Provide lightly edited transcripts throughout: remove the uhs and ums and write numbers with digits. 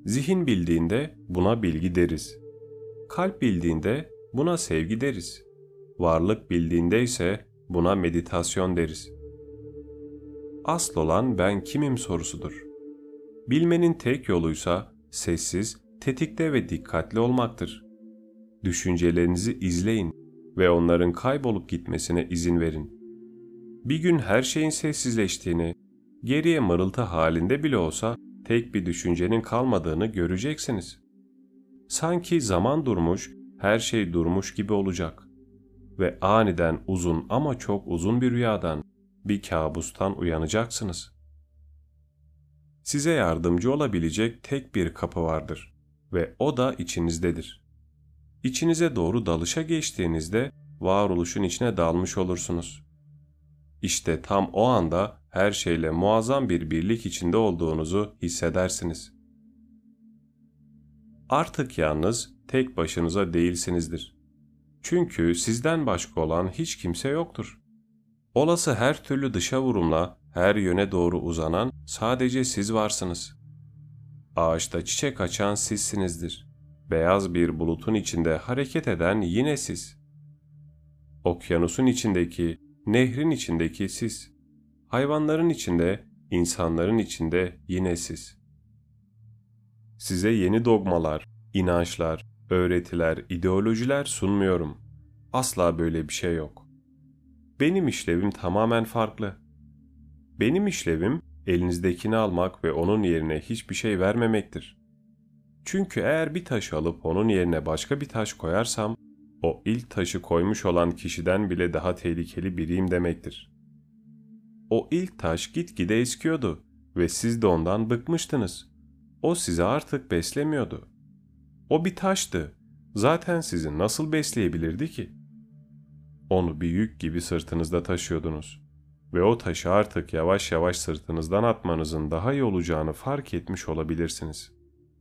Zihin bildiğinde buna bilgi deriz. Kalp bildiğinde buna sevgi deriz. Varlık bildiğinde ise buna meditasyon deriz. Asıl olan ben kimim sorusudur. Bilmenin tek yoluysa sessiz, tetikte ve dikkatli olmaktır. Düşüncelerinizi izleyin ve onların kaybolup gitmesine izin verin. Bir gün her şeyin sessizleştiğini, geriye mırıltı halinde bile olsa tek bir düşüncenin kalmadığını göreceksiniz. Sanki zaman durmuş, her şey durmuş gibi olacak. Ve aniden uzun ama çok uzun bir rüyadan, bir kabustan uyanacaksınız. Size yardımcı olabilecek tek bir kapı vardır ve o da içinizdedir. İçinize doğru dalışa geçtiğinizde varoluşun içine dalmış olursunuz. İşte tam o anda her şeyle muazzam bir birlik içinde olduğunuzu hissedersiniz. Artık yalnız tek başınıza değilsinizdir. Çünkü sizden başka olan hiç kimse yoktur. Olası her türlü dışa vurumla her yöne doğru uzanan sadece siz varsınız. Ağaçta çiçek açan sizsinizdir. Beyaz bir bulutun içinde hareket eden yine siz. Okyanusun içindeki, nehrin içindeki siz. Hayvanların içinde, insanların içinde yine siz. Size yeni dogmalar, inançlar, öğretiler, ideolojiler sunmuyorum. Asla böyle bir şey yok. Benim işlevim tamamen farklı. Benim işlevim elinizdekini almak ve onun yerine hiçbir şey vermemektir. Çünkü eğer bir taşı alıp onun yerine başka bir taş koyarsam, o ilk taşı koymuş olan kişiden bile daha tehlikeli biriyim demektir. O ilk taş gitgide eskiyordu ve siz de ondan bıkmıştınız. O sizi artık beslemiyordu. O bir taştı. Zaten sizi nasıl besleyebilirdi ki? Onu bir yük gibi sırtınızda taşıyordunuz ve o taşı artık yavaş yavaş sırtınızdan atmanızın daha iyi olacağını fark etmiş olabilirsiniz.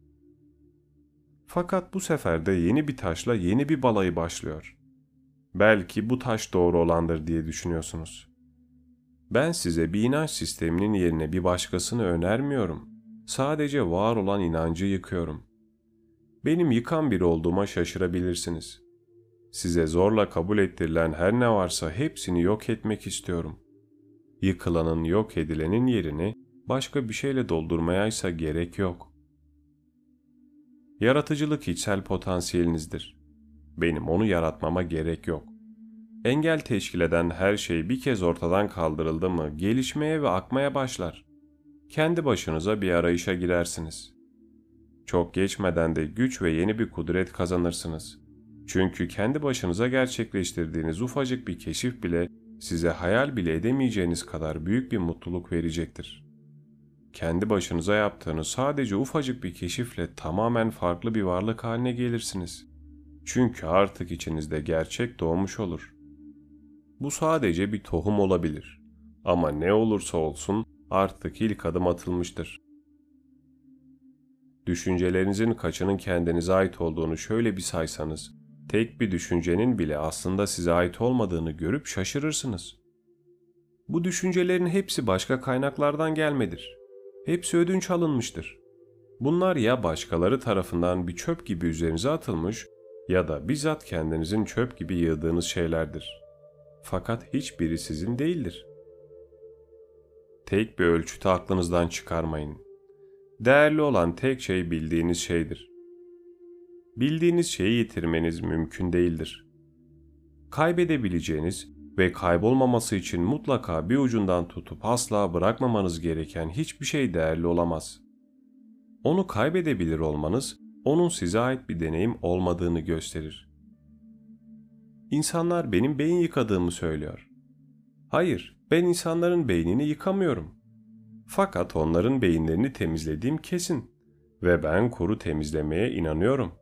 Fakat bu sefer de yeni bir taşla yeni bir balayı başlıyor. Belki bu taş doğru olandır diye düşünüyorsunuz. Ben size bir inanç sisteminin yerine bir başkasını önermiyorum. Sadece var olan inancı yıkıyorum. Benim yıkan biri olduğuma şaşırabilirsiniz. Size zorla kabul ettirilen her ne varsa hepsini yok etmek istiyorum. Yıkılanın, yok edilenin yerini başka bir şeyle doldurmaya ise gerek yok. Yaratıcılık içsel potansiyelinizdir. Benim onu yaratmama gerek yok. Engel teşkil eden her şey bir kez ortadan kaldırıldı mı gelişmeye ve akmaya başlar. Kendi başınıza bir arayışa girersiniz. Çok geçmeden de güç ve yeni bir kudret kazanırsınız. Çünkü kendi başınıza gerçekleştirdiğiniz ufacık bir keşif bile size hayal bile edemeyeceğiniz kadar büyük bir mutluluk verecektir. Kendi başınıza yaptığınız sadece ufacık bir keşifle tamamen farklı bir varlık haline gelirsiniz. Çünkü artık içinizde gerçek doğmuş olur. Bu sadece bir tohum olabilir. Ama ne olursa olsun artık ilk adım atılmıştır. Düşüncelerinizin kaçının kendinize ait olduğunu şöyle bir saysanız, tek bir düşüncenin bile aslında size ait olmadığını görüp şaşırırsınız. Bu düşüncelerin hepsi başka kaynaklardan gelmedir. Hepsi ödünç alınmıştır. Bunlar ya başkaları tarafından bir çöp gibi üzerinize atılmış ya da bizzat kendinizin çöp gibi yığdığınız şeylerdir. Fakat hiçbiri sizin değildir. Tek bir ölçütü aklınızdan çıkarmayın. Değerli olan tek şey bildiğiniz şeydir. Bildiğiniz şeyi yitirmeniz mümkün değildir. Kaybedebileceğiniz ve kaybolmaması için mutlaka bir ucundan tutup asla bırakmamanız gereken hiçbir şey değerli olamaz. Onu kaybedebilir olmanız, onun size ait bir deneyim olmadığını gösterir. İnsanlar benim beyin yıkadığımı söylüyor. Hayır, ben insanların beynini yıkamıyorum. Fakat onların beyinlerini temizlediğim kesin ve ben kuru temizlemeye inanıyorum.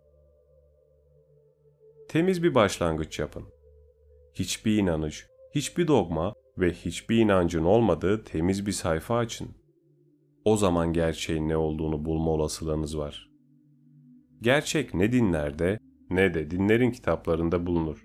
Temiz bir başlangıç yapın. Hiçbir inanış, hiçbir dogma ve hiçbir inancın olmadığı temiz bir sayfa açın. O zaman gerçeğin ne olduğunu bulma olasılığınız var. Gerçek ne dinlerde ne de dinlerin kitaplarında bulunur.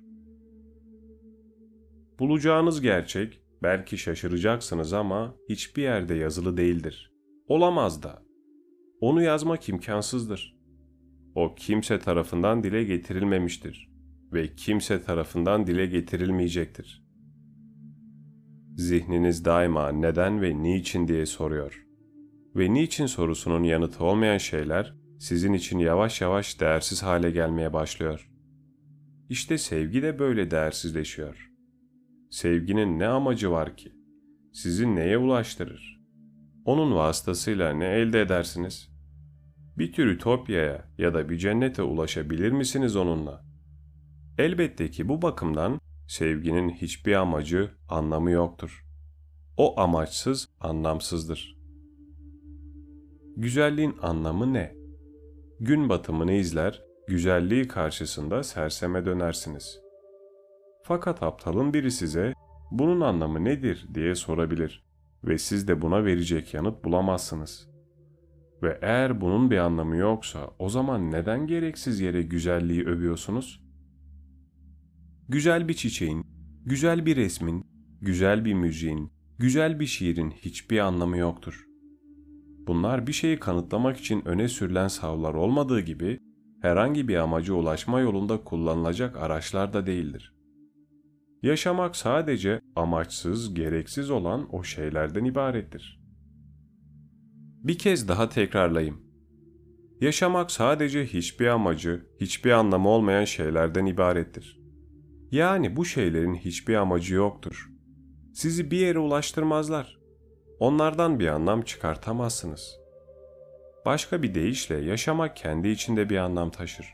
Bulacağınız gerçek belki şaşıracaksınız ama hiçbir yerde yazılı değildir. Olamaz da. Onu yazmak imkansızdır. O kimse tarafından dile getirilmemiştir ve kimse tarafından dile getirilmeyecektir. Zihniniz daima neden ve niçin diye soruyor. Ve niçin sorusunun yanıtı olmayan şeyler sizin için yavaş yavaş değersiz hale gelmeye başlıyor. İşte sevgi de böyle değersizleşiyor. Sevginin ne amacı var ki? Sizi neye ulaştırır? Onun vasıtasıyla ne elde edersiniz? Bir tür ütopyaya ya da bir cennete ulaşabilir misiniz onunla? Elbette ki bu bakımdan sevginin hiçbir amacı, anlamı yoktur. O amaçsız, anlamsızdır. Güzelliğin anlamı ne? Gün batımını izler, güzelliği karşısında serseme dönersiniz. Fakat aptalın biri size bunun anlamı nedir diye sorabilir ve siz de buna verecek yanıt bulamazsınız. Ve eğer bunun bir anlamı yoksa o zaman neden gereksiz yere güzelliği övüyorsunuz? Güzel bir çiçeğin, güzel bir resmin, güzel bir müziğin, güzel bir şiirin hiçbir anlamı yoktur. Bunlar bir şeyi kanıtlamak için öne sürülen savlar olmadığı gibi herhangi bir amaca ulaşma yolunda kullanılacak araçlar da değildir. Yaşamak sadece amaçsız, gereksiz olan o şeylerden ibarettir. Bir kez daha tekrarlayayım. Yaşamak sadece hiçbir amacı, hiçbir anlamı olmayan şeylerden ibarettir. Yani bu şeylerin hiçbir amacı yoktur. Sizi bir yere ulaştırmazlar. Onlardan bir anlam çıkartamazsınız. Başka bir deyişle yaşamak kendi içinde bir anlam taşır.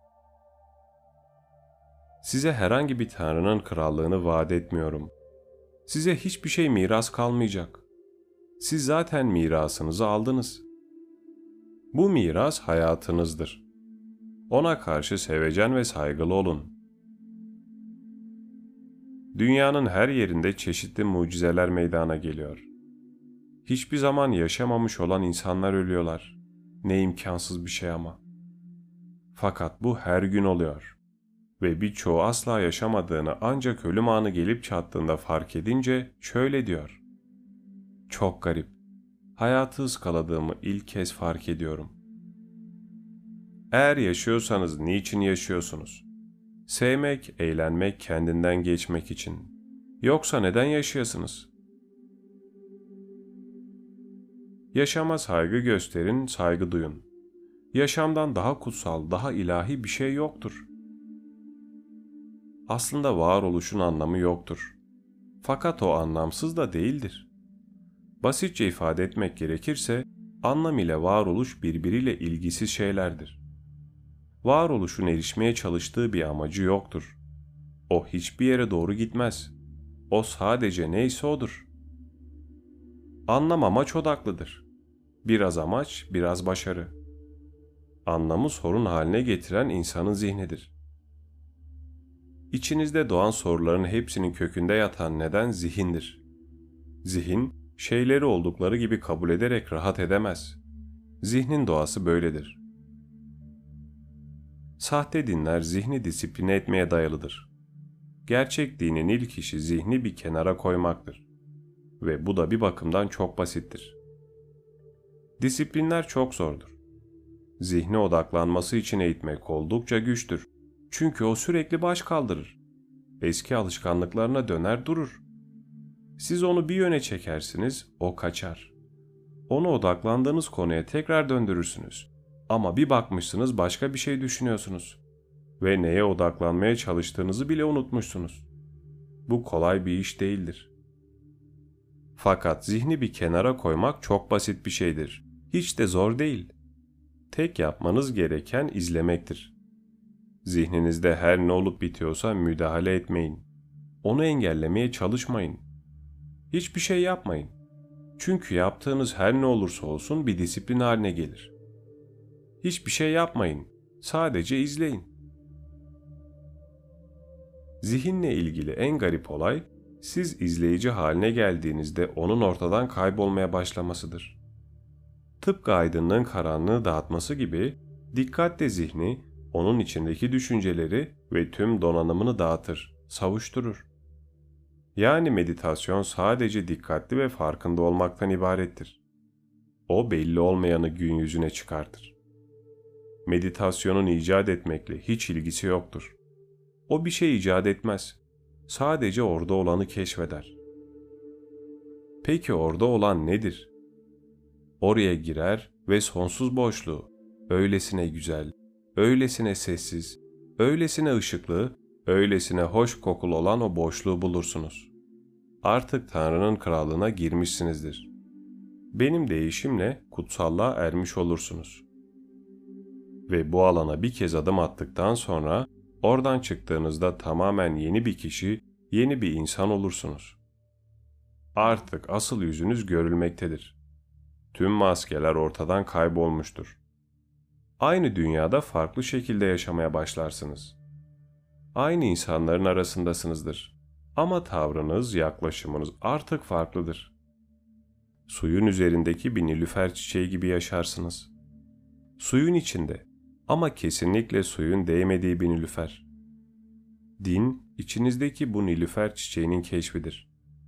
Size herhangi bir tanrının krallığını vaat etmiyorum. Size hiçbir şey miras kalmayacak. Siz zaten mirasınızı aldınız. Bu miras hayatınızdır. Ona karşı sevecen ve saygılı olun. Dünyanın her yerinde çeşitli mucizeler meydana geliyor. Hiçbir zaman yaşamamış olan insanlar ölüyorlar. Ne imkansız bir şey ama. Fakat bu her gün oluyor. Ve birçoğu asla yaşamadığını ancak ölüm anı gelip çattığında fark edince şöyle diyor. Çok garip. Hayatı ıskaladığımı ilk kez fark ediyorum. Eğer yaşıyorsanız niçin yaşıyorsunuz? Sevmek, eğlenmek, kendinden geçmek için. Yoksa neden yaşıyorsunuz? Yaşama saygı gösterin, saygı duyun. Yaşamdan daha kutsal, daha ilahi bir şey yoktur. Aslında varoluşun anlamı yoktur. Fakat o anlamsız da değildir. Basitçe ifade etmek gerekirse, anlam ile varoluş birbiriyle ilgisiz şeylerdir. Varoluşun erişmeye çalıştığı bir amacı yoktur. O hiçbir yere doğru gitmez. O sadece neyse odur. Anlam amaç odaklıdır. Biraz amaç, biraz başarı. Anlamı sorun haline getiren insanın zihnidir. İçinizde doğan soruların hepsinin kökünde yatan neden zihindir. Zihin, şeyleri oldukları gibi kabul ederek rahat edemez. Zihnin doğası böyledir. Sahte dinler zihni disipline etmeye dayalıdır. Gerçek dinin ilk işi zihni bir kenara koymaktır. Ve bu da bir bakımdan çok basittir. Disiplinler çok zordur. Zihne odaklanması için eğitmek oldukça güçtür. Çünkü o sürekli baş kaldırır. Eski alışkanlıklarına döner durur. Siz onu bir yöne çekersiniz, o kaçar. Onu odaklandığınız konuya tekrar döndürürsünüz. Ama bir bakmışsınız başka bir şey düşünüyorsunuz. Ve neye odaklanmaya çalıştığınızı bile unutmuşsunuz. Bu kolay bir iş değildir. Fakat zihni bir kenara koymak çok basit bir şeydir. Hiç de zor değil. Tek yapmanız gereken izlemektir. Zihninizde her ne olup bitiyorsa müdahale etmeyin. Onu engellemeye çalışmayın. Hiçbir şey yapmayın. Çünkü yaptığınız her ne olursa olsun bir disiplin haline gelir. Hiçbir şey yapmayın. Sadece izleyin. Zihinle ilgili en garip olay, siz izleyici haline geldiğinizde onun ortadan kaybolmaya başlamasıdır. Tıpkı aydınlığın karanlığı dağıtması gibi, dikkat de zihni, onun içindeki düşünceleri ve tüm donanımını dağıtır, savuşturur. Yani meditasyon sadece dikkatli ve farkında olmaktan ibarettir. O belli olmayanı gün yüzüne çıkartır. Meditasyonun icat etmekle hiç ilgisi yoktur. O bir şey icat etmez. Sadece orada olanı keşfeder. Peki orada olan nedir? Oraya girer ve sonsuz boşluğu, öylesine güzel, öylesine sessiz, öylesine ışıklı, öylesine hoş kokulu olan o boşluğu bulursunuz. Artık Tanrı'nın krallığına girmişsinizdir. Benim deyişimle kutsallığa ermiş olursunuz. Ve bu alana bir kez adım attıktan sonra oradan çıktığınızda tamamen yeni bir kişi, yeni bir insan olursunuz. Artık asıl yüzünüz görülmektedir. Tüm maskeler ortadan kaybolmuştur. Aynı dünyada farklı şekilde yaşamaya başlarsınız. Aynı insanların arasındasınızdır. Ama tavrınız, yaklaşımınız artık farklıdır. Suyun üzerindeki bir nilüfer çiçeği gibi yaşarsınız. Suyun içinde ama kesinlikle suyun değmediği bir nilüfer. Din, içinizdeki bu nilüfer çiçeğinin keşfidir.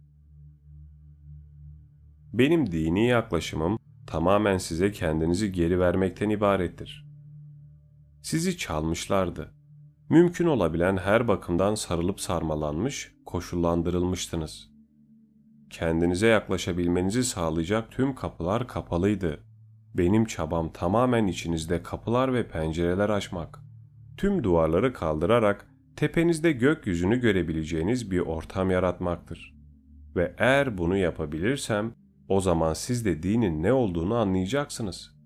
Benim dini yaklaşımım tamamen size kendinizi geri vermekten ibarettir. Sizi çalmışlardı. Mümkün olabilen her bakımdan sarılıp sarmalanmış, koşullandırılmıştınız. Kendinize yaklaşabilmenizi sağlayacak tüm kapılar kapalıydı. Benim çabam tamamen içinizde kapılar ve pencereler açmak. Tüm duvarları kaldırarak tepenizde gökyüzünü görebileceğiniz bir ortam yaratmaktır. Ve eğer bunu yapabilirsem, o zaman siz de dinin ne olduğunu anlayacaksınız.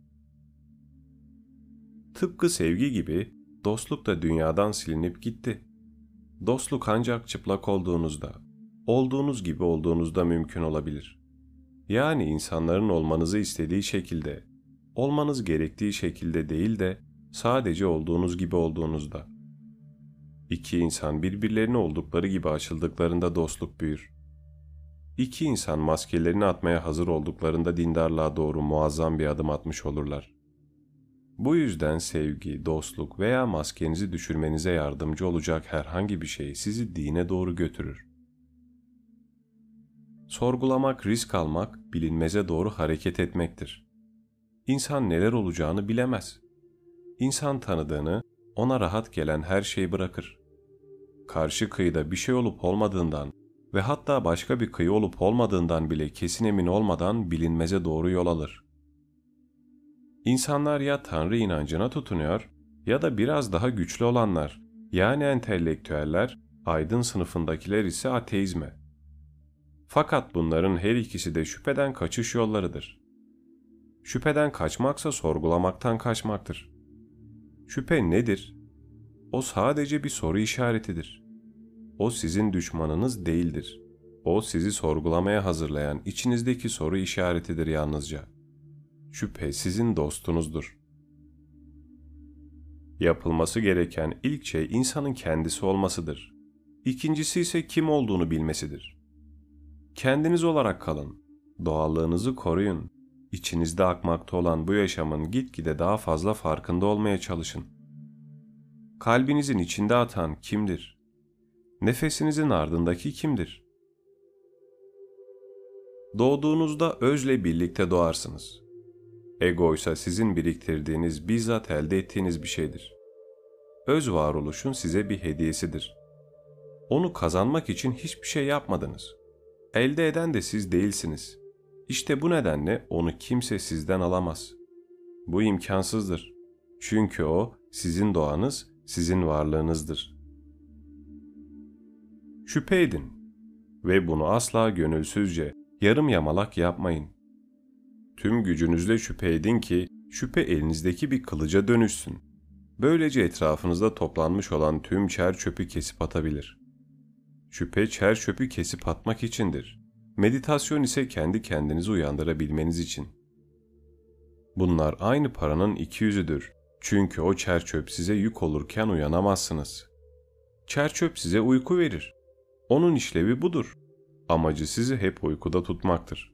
Tıpkı sevgi gibi dostluk da dünyadan silinip gitti. Dostluk ancak çıplak olduğunuzda, olduğunuz gibi olduğunuzda mümkün olabilir. Yani insanların olmanızı istediği şekilde, olmanız gerektiği şekilde değil de sadece olduğunuz gibi olduğunuzda. İki insan birbirlerine oldukları gibi açıldıklarında dostluk büyür. İki insan maskelerini atmaya hazır olduklarında dindarlığa doğru muazzam bir adım atmış olurlar. Bu yüzden sevgi, dostluk veya maskenizi düşürmenize yardımcı olacak herhangi bir şey sizi dine doğru götürür. Sorgulamak, risk almak, bilinmeze doğru hareket etmektir. İnsan neler olacağını bilemez. İnsan tanıdığını, ona rahat gelen her şeyi bırakır. Karşı kıyıda bir şey olup olmadığından ve hatta başka bir kıyı olup olmadığından bile kesin emin olmadan bilinmeze doğru yol alır. İnsanlar ya Tanrı inancına tutunuyor ya da biraz daha güçlü olanlar, yani entelektüeller, aydın sınıfındakiler ise ateizme. Fakat bunların her ikisi de şüpheden kaçış yollarıdır. Şüpheden kaçmaksa sorgulamaktan kaçmaktır. Şüphe nedir? O sadece bir soru işaretidir. O sizin düşmanınız değildir. O sizi sorgulamaya hazırlayan içinizdeki soru işaretidir yalnızca. Şüphe sizin dostunuzdur. Yapılması gereken ilk şey insanın kendisi olmasıdır. İkincisi ise kim olduğunu bilmesidir. Kendiniz olarak kalın. Doğallığınızı koruyun. İçinizde akmakta olan bu yaşamın gitgide daha fazla farkında olmaya çalışın. Kalbinizin içinde atan kimdir? Nefesinizin ardındaki kimdir? Doğduğunuzda özle birlikte doğarsınız. Ego ise sizin biriktirdiğiniz, bizzat elde ettiğiniz bir şeydir. Öz varoluşun size bir hediyesidir. Onu kazanmak için hiçbir şey yapmadınız. Elde eden de siz değilsiniz. İşte bu nedenle onu kimse sizden alamaz. Bu imkansızdır. Çünkü o sizin doğanız, sizin varlığınızdır. Şüphe edin ve bunu asla gönülsüzce, yarım yamalak yapmayın. Tüm gücünüzle şüphe edin ki şüphe elinizdeki bir kılıca dönüşsün. Böylece etrafınızda toplanmış olan tüm çer çöpü kesip atabilir. Şüphe çer çöpü kesip atmak içindir. Meditasyon ise kendi kendinizi uyandırabilmeniz için. Bunlar aynı paranın iki yüzüdür. Çünkü o çer çöp size yük olurken uyanamazsınız. Çer çöp size uyku verir. Onun işlevi budur. Amacı sizi hep uykuda tutmaktır.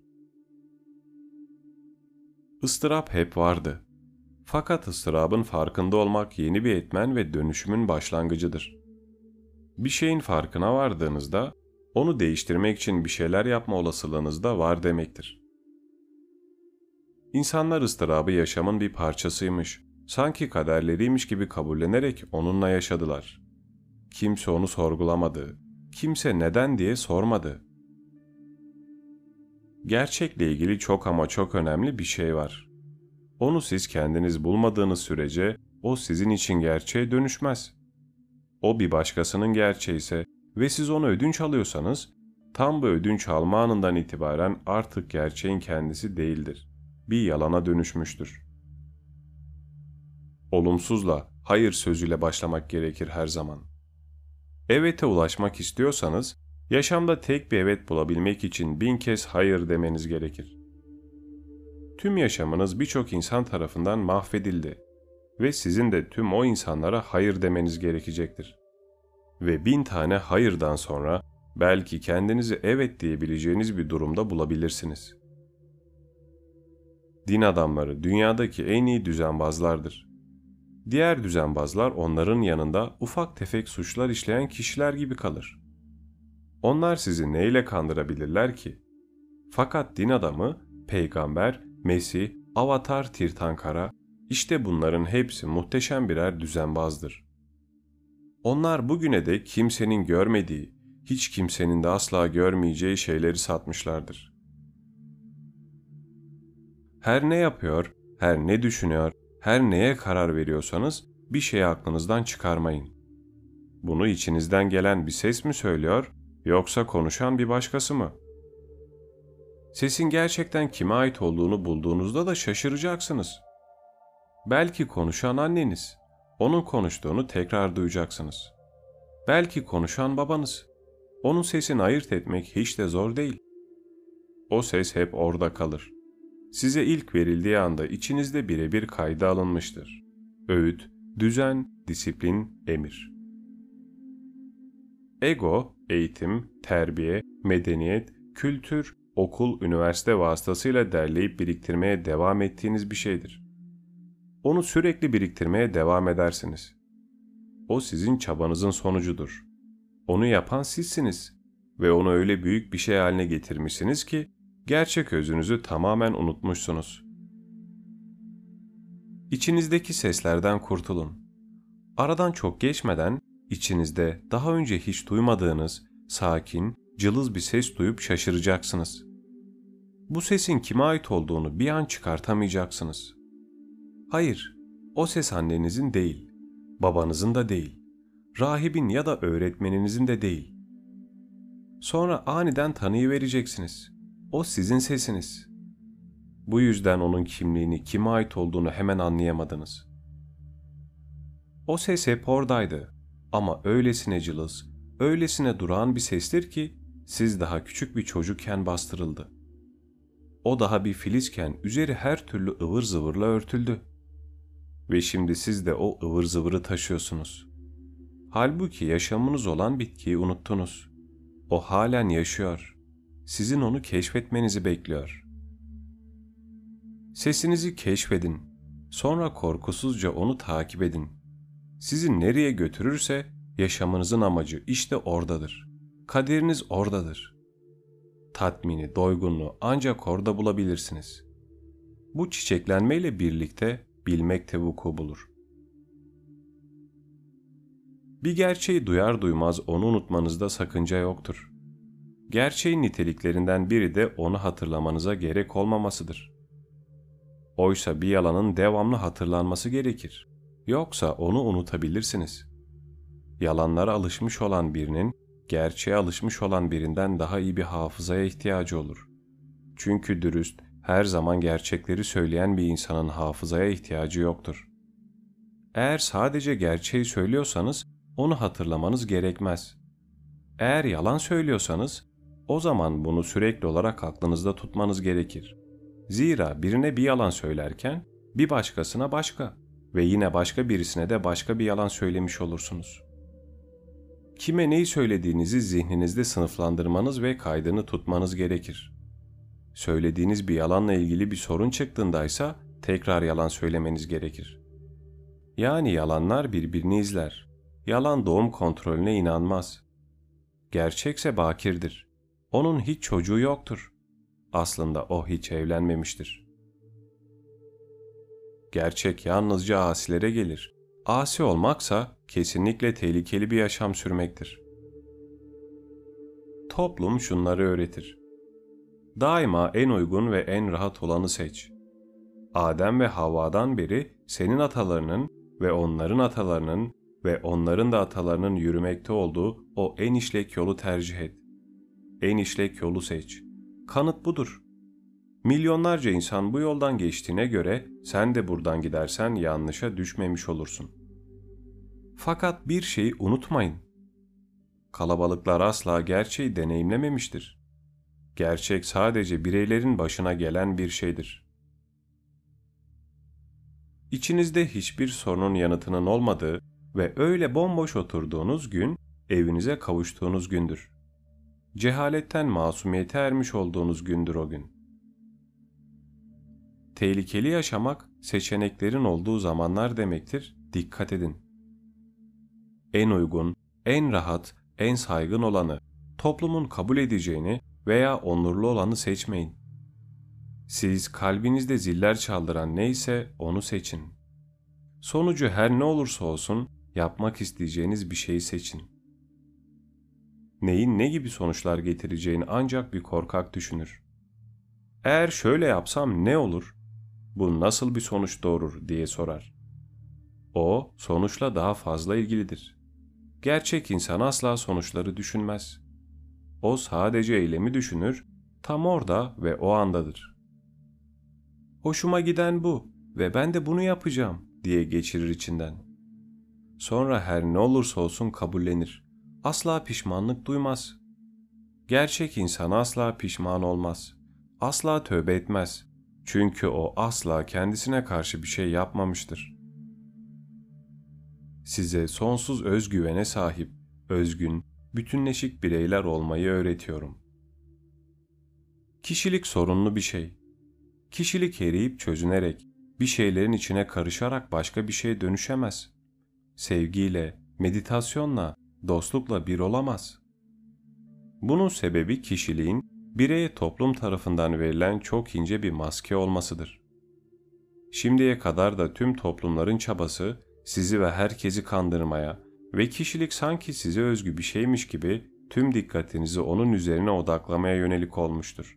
Istırap hep vardı. Fakat ıstırabın farkında olmak yeni bir etmen ve dönüşümün başlangıcıdır. Bir şeyin farkına vardığınızda, onu değiştirmek için bir şeyler yapma olasılığınız da var demektir. İnsanlar ıstırabı yaşamın bir parçasıymış, sanki kaderleriymiş gibi kabullenerek onunla yaşadılar. Kimse onu sorgulamadı, kimse neden diye sormadı. Gerçekle ilgili çok ama çok önemli bir şey var. Onu siz kendiniz bulmadığınız sürece o sizin için gerçeğe dönüşmez. O bir başkasının gerçeği ise ve siz onu ödünç alıyorsanız, tam bu ödünç alma anından itibaren artık gerçeğin kendisi değildir. Bir yalana dönüşmüştür. Olumsuzla, hayır sözüyle başlamak gerekir her zaman. Evet'e ulaşmak istiyorsanız, yaşamda tek bir evet bulabilmek için 1000 kez hayır demeniz gerekir. Tüm yaşamınız birçok insan tarafından mahvedildi ve sizin de tüm o insanlara hayır demeniz gerekecektir. Ve 1000 tane hayırdan sonra belki kendinizi evet diyebileceğiniz bir durumda bulabilirsiniz. Din adamları dünyadaki en iyi düzenbazlardır. Diğer düzenbazlar onların yanında ufak tefek suçlar işleyen kişiler gibi kalır. Onlar sizi neyle kandırabilirler ki? Fakat din adamı, peygamber, Mesih, Avatar Tirtankara, işte bunların hepsi muhteşem birer düzenbazdır. Onlar bugüne de kimsenin görmediği, hiç kimsenin de asla görmeyeceği şeyleri satmışlardır. Her ne yapıyor, her ne düşünüyor, her neye karar veriyorsanız bir şeyi aklınızdan çıkarmayın. Bunu içinizden gelen bir ses mi söylüyor, yoksa konuşan bir başkası mı? Sesin gerçekten kime ait olduğunu bulduğunuzda da şaşıracaksınız. Belki konuşan anneniz, onun konuştuğunu tekrar duyacaksınız. Belki konuşan babanız, onun sesini ayırt etmek hiç de zor değil. O ses hep orada kalır. Size ilk verildiği anda içinizde birebir kayda alınmıştır. Öğüt, düzen, disiplin, emir. Ego, eğitim, terbiye, medeniyet, kültür, okul, üniversite vasıtasıyla derleyip biriktirmeye devam ettiğiniz bir şeydir. Onu sürekli biriktirmeye devam edersiniz. O sizin çabanızın sonucudur. Onu yapan sizsiniz ve onu öyle büyük bir şey haline getirmişsiniz ki gerçek özünüzü tamamen unutmuşsunuz. İçinizdeki seslerden kurtulun. Aradan çok geçmeden içinizde daha önce hiç duymadığınız, sakin, cılız bir ses duyup şaşıracaksınız. Bu sesin kime ait olduğunu bir an çıkartamayacaksınız. Hayır, o ses annenizin değil, babanızın da değil, rahibin ya da öğretmeninizin de değil. Sonra aniden tanıyıvereceksiniz. O sizin sesiniz. Bu yüzden onun kimliğini, kime ait olduğunu hemen anlayamadınız. O ses hep oradaydı ama öylesine cılız, öylesine durağan bir sestir ki siz daha küçük bir çocukken bastırıldı. O daha bir filizken üzeri her türlü ıvır zıvırla örtüldü. Ve şimdi siz de o ıvır zıvırı taşıyorsunuz. Halbuki yaşamınız olan bitkiyi unuttunuz. O halen yaşıyor. Sizin onu keşfetmenizi bekliyor. Sesinizi keşfedin. Sonra korkusuzca onu takip edin. Sizi nereye götürürse yaşamınızın amacı işte oradadır. Kaderiniz oradadır. Tatmini, doygunluğu ancak orada bulabilirsiniz. Bu çiçeklenmeyle birlikte bilmek de vuku bulur. Bir gerçeği duyar duymaz onu unutmanızda sakınca yoktur. Gerçeğin niteliklerinden biri de onu hatırlamanıza gerek olmamasıdır. Oysa bir yalanın devamlı hatırlanması gerekir. Yoksa onu unutabilirsiniz. Yalanlara alışmış olan birinin, gerçeğe alışmış olan birinden daha iyi bir hafızaya ihtiyacı olur. Çünkü dürüst, her zaman gerçekleri söyleyen bir insanın hafızaya ihtiyacı yoktur. Eğer sadece gerçeği söylüyorsanız, onu hatırlamanız gerekmez. Eğer yalan söylüyorsanız, o zaman bunu sürekli olarak aklınızda tutmanız gerekir. Zira birine bir yalan söylerken, bir başkasına başka ve yine başka birisine de başka bir yalan söylemiş olursunuz. Kime neyi söylediğinizi zihninizde sınıflandırmanız ve kaydını tutmanız gerekir. Söylediğiniz bir yalanla ilgili bir sorun çıktığındaysa tekrar yalan söylemeniz gerekir. Yani yalanlar birbirini izler. Yalan doğum kontrolüne inanmaz. Gerçekse bakirdir. Onun hiç çocuğu yoktur. Aslında o hiç evlenmemiştir. Gerçek yalnızca asilere gelir. Asi olmaksa kesinlikle tehlikeli bir yaşam sürmektir. Toplum şunları öğretir. Daima en uygun ve en rahat olanı seç. Adem ve Havva'dan beri senin atalarının ve onların atalarının ve onların da atalarının yürümekte olduğu o en işlek yolu tercih et. En işlek yolu seç. Kanıt budur. Milyonlarca insan bu yoldan geçtiğine göre sen de buradan gidersen yanlışa düşmemiş olursun. Fakat bir şeyi unutmayın. Kalabalıklar asla gerçeği deneyimlememiştir. Gerçek sadece bireylerin başına gelen bir şeydir. İçinizde hiçbir sorunun yanıtının olmadığı ve öyle bomboş oturduğunuz gün evinize kavuştuğunuz gündür. Cehaletten masumiyete ermiş olduğunuz gündür o gün. Tehlikeli yaşamak seçeneklerin olduğu zamanlar demektir. Dikkat edin. En uygun, en rahat, en saygın olanı, toplumun kabul edeceğini veya onurlu olanı seçmeyin. Siz kalbinizde ziller çaldıran neyse onu seçin. Sonucu her ne olursa olsun yapmak isteyeceğiniz bir şeyi seçin. Neyin ne gibi sonuçlar getireceğini ancak bir korkak düşünür. Eğer şöyle yapsam ne olur? Bu nasıl bir sonuç doğurur diye sorar. O sonuçla daha fazla ilgilidir. Gerçek insan asla sonuçları düşünmez. O sadece eylemi düşünür, tam orada ve o andadır. Hoşuma giden bu ve ben de bunu yapacağım diye geçirir içinden. Sonra her ne olursa olsun kabullenir. Asla pişmanlık duymaz. Gerçek insan asla pişman olmaz. Asla tövbe etmez. Çünkü o asla kendisine karşı bir şey yapmamıştır. Size sonsuz özgüvene sahip, özgün, bütünleşik bireyler olmayı öğretiyorum. Kişilik sorunlu bir şey. Kişilik eriyip çözünerek, bir şeylerin içine karışarak başka bir şeye dönüşemez. Sevgiyle, meditasyonla, dostlukla bir olamaz. Bunun sebebi kişiliğin bireye toplum tarafından verilen çok ince bir maske olmasıdır. Şimdiye kadar da tüm toplumların çabası sizi ve herkesi kandırmaya ve kişilik sanki size özgü bir şeymiş gibi tüm dikkatinizi onun üzerine odaklamaya yönelik olmuştur.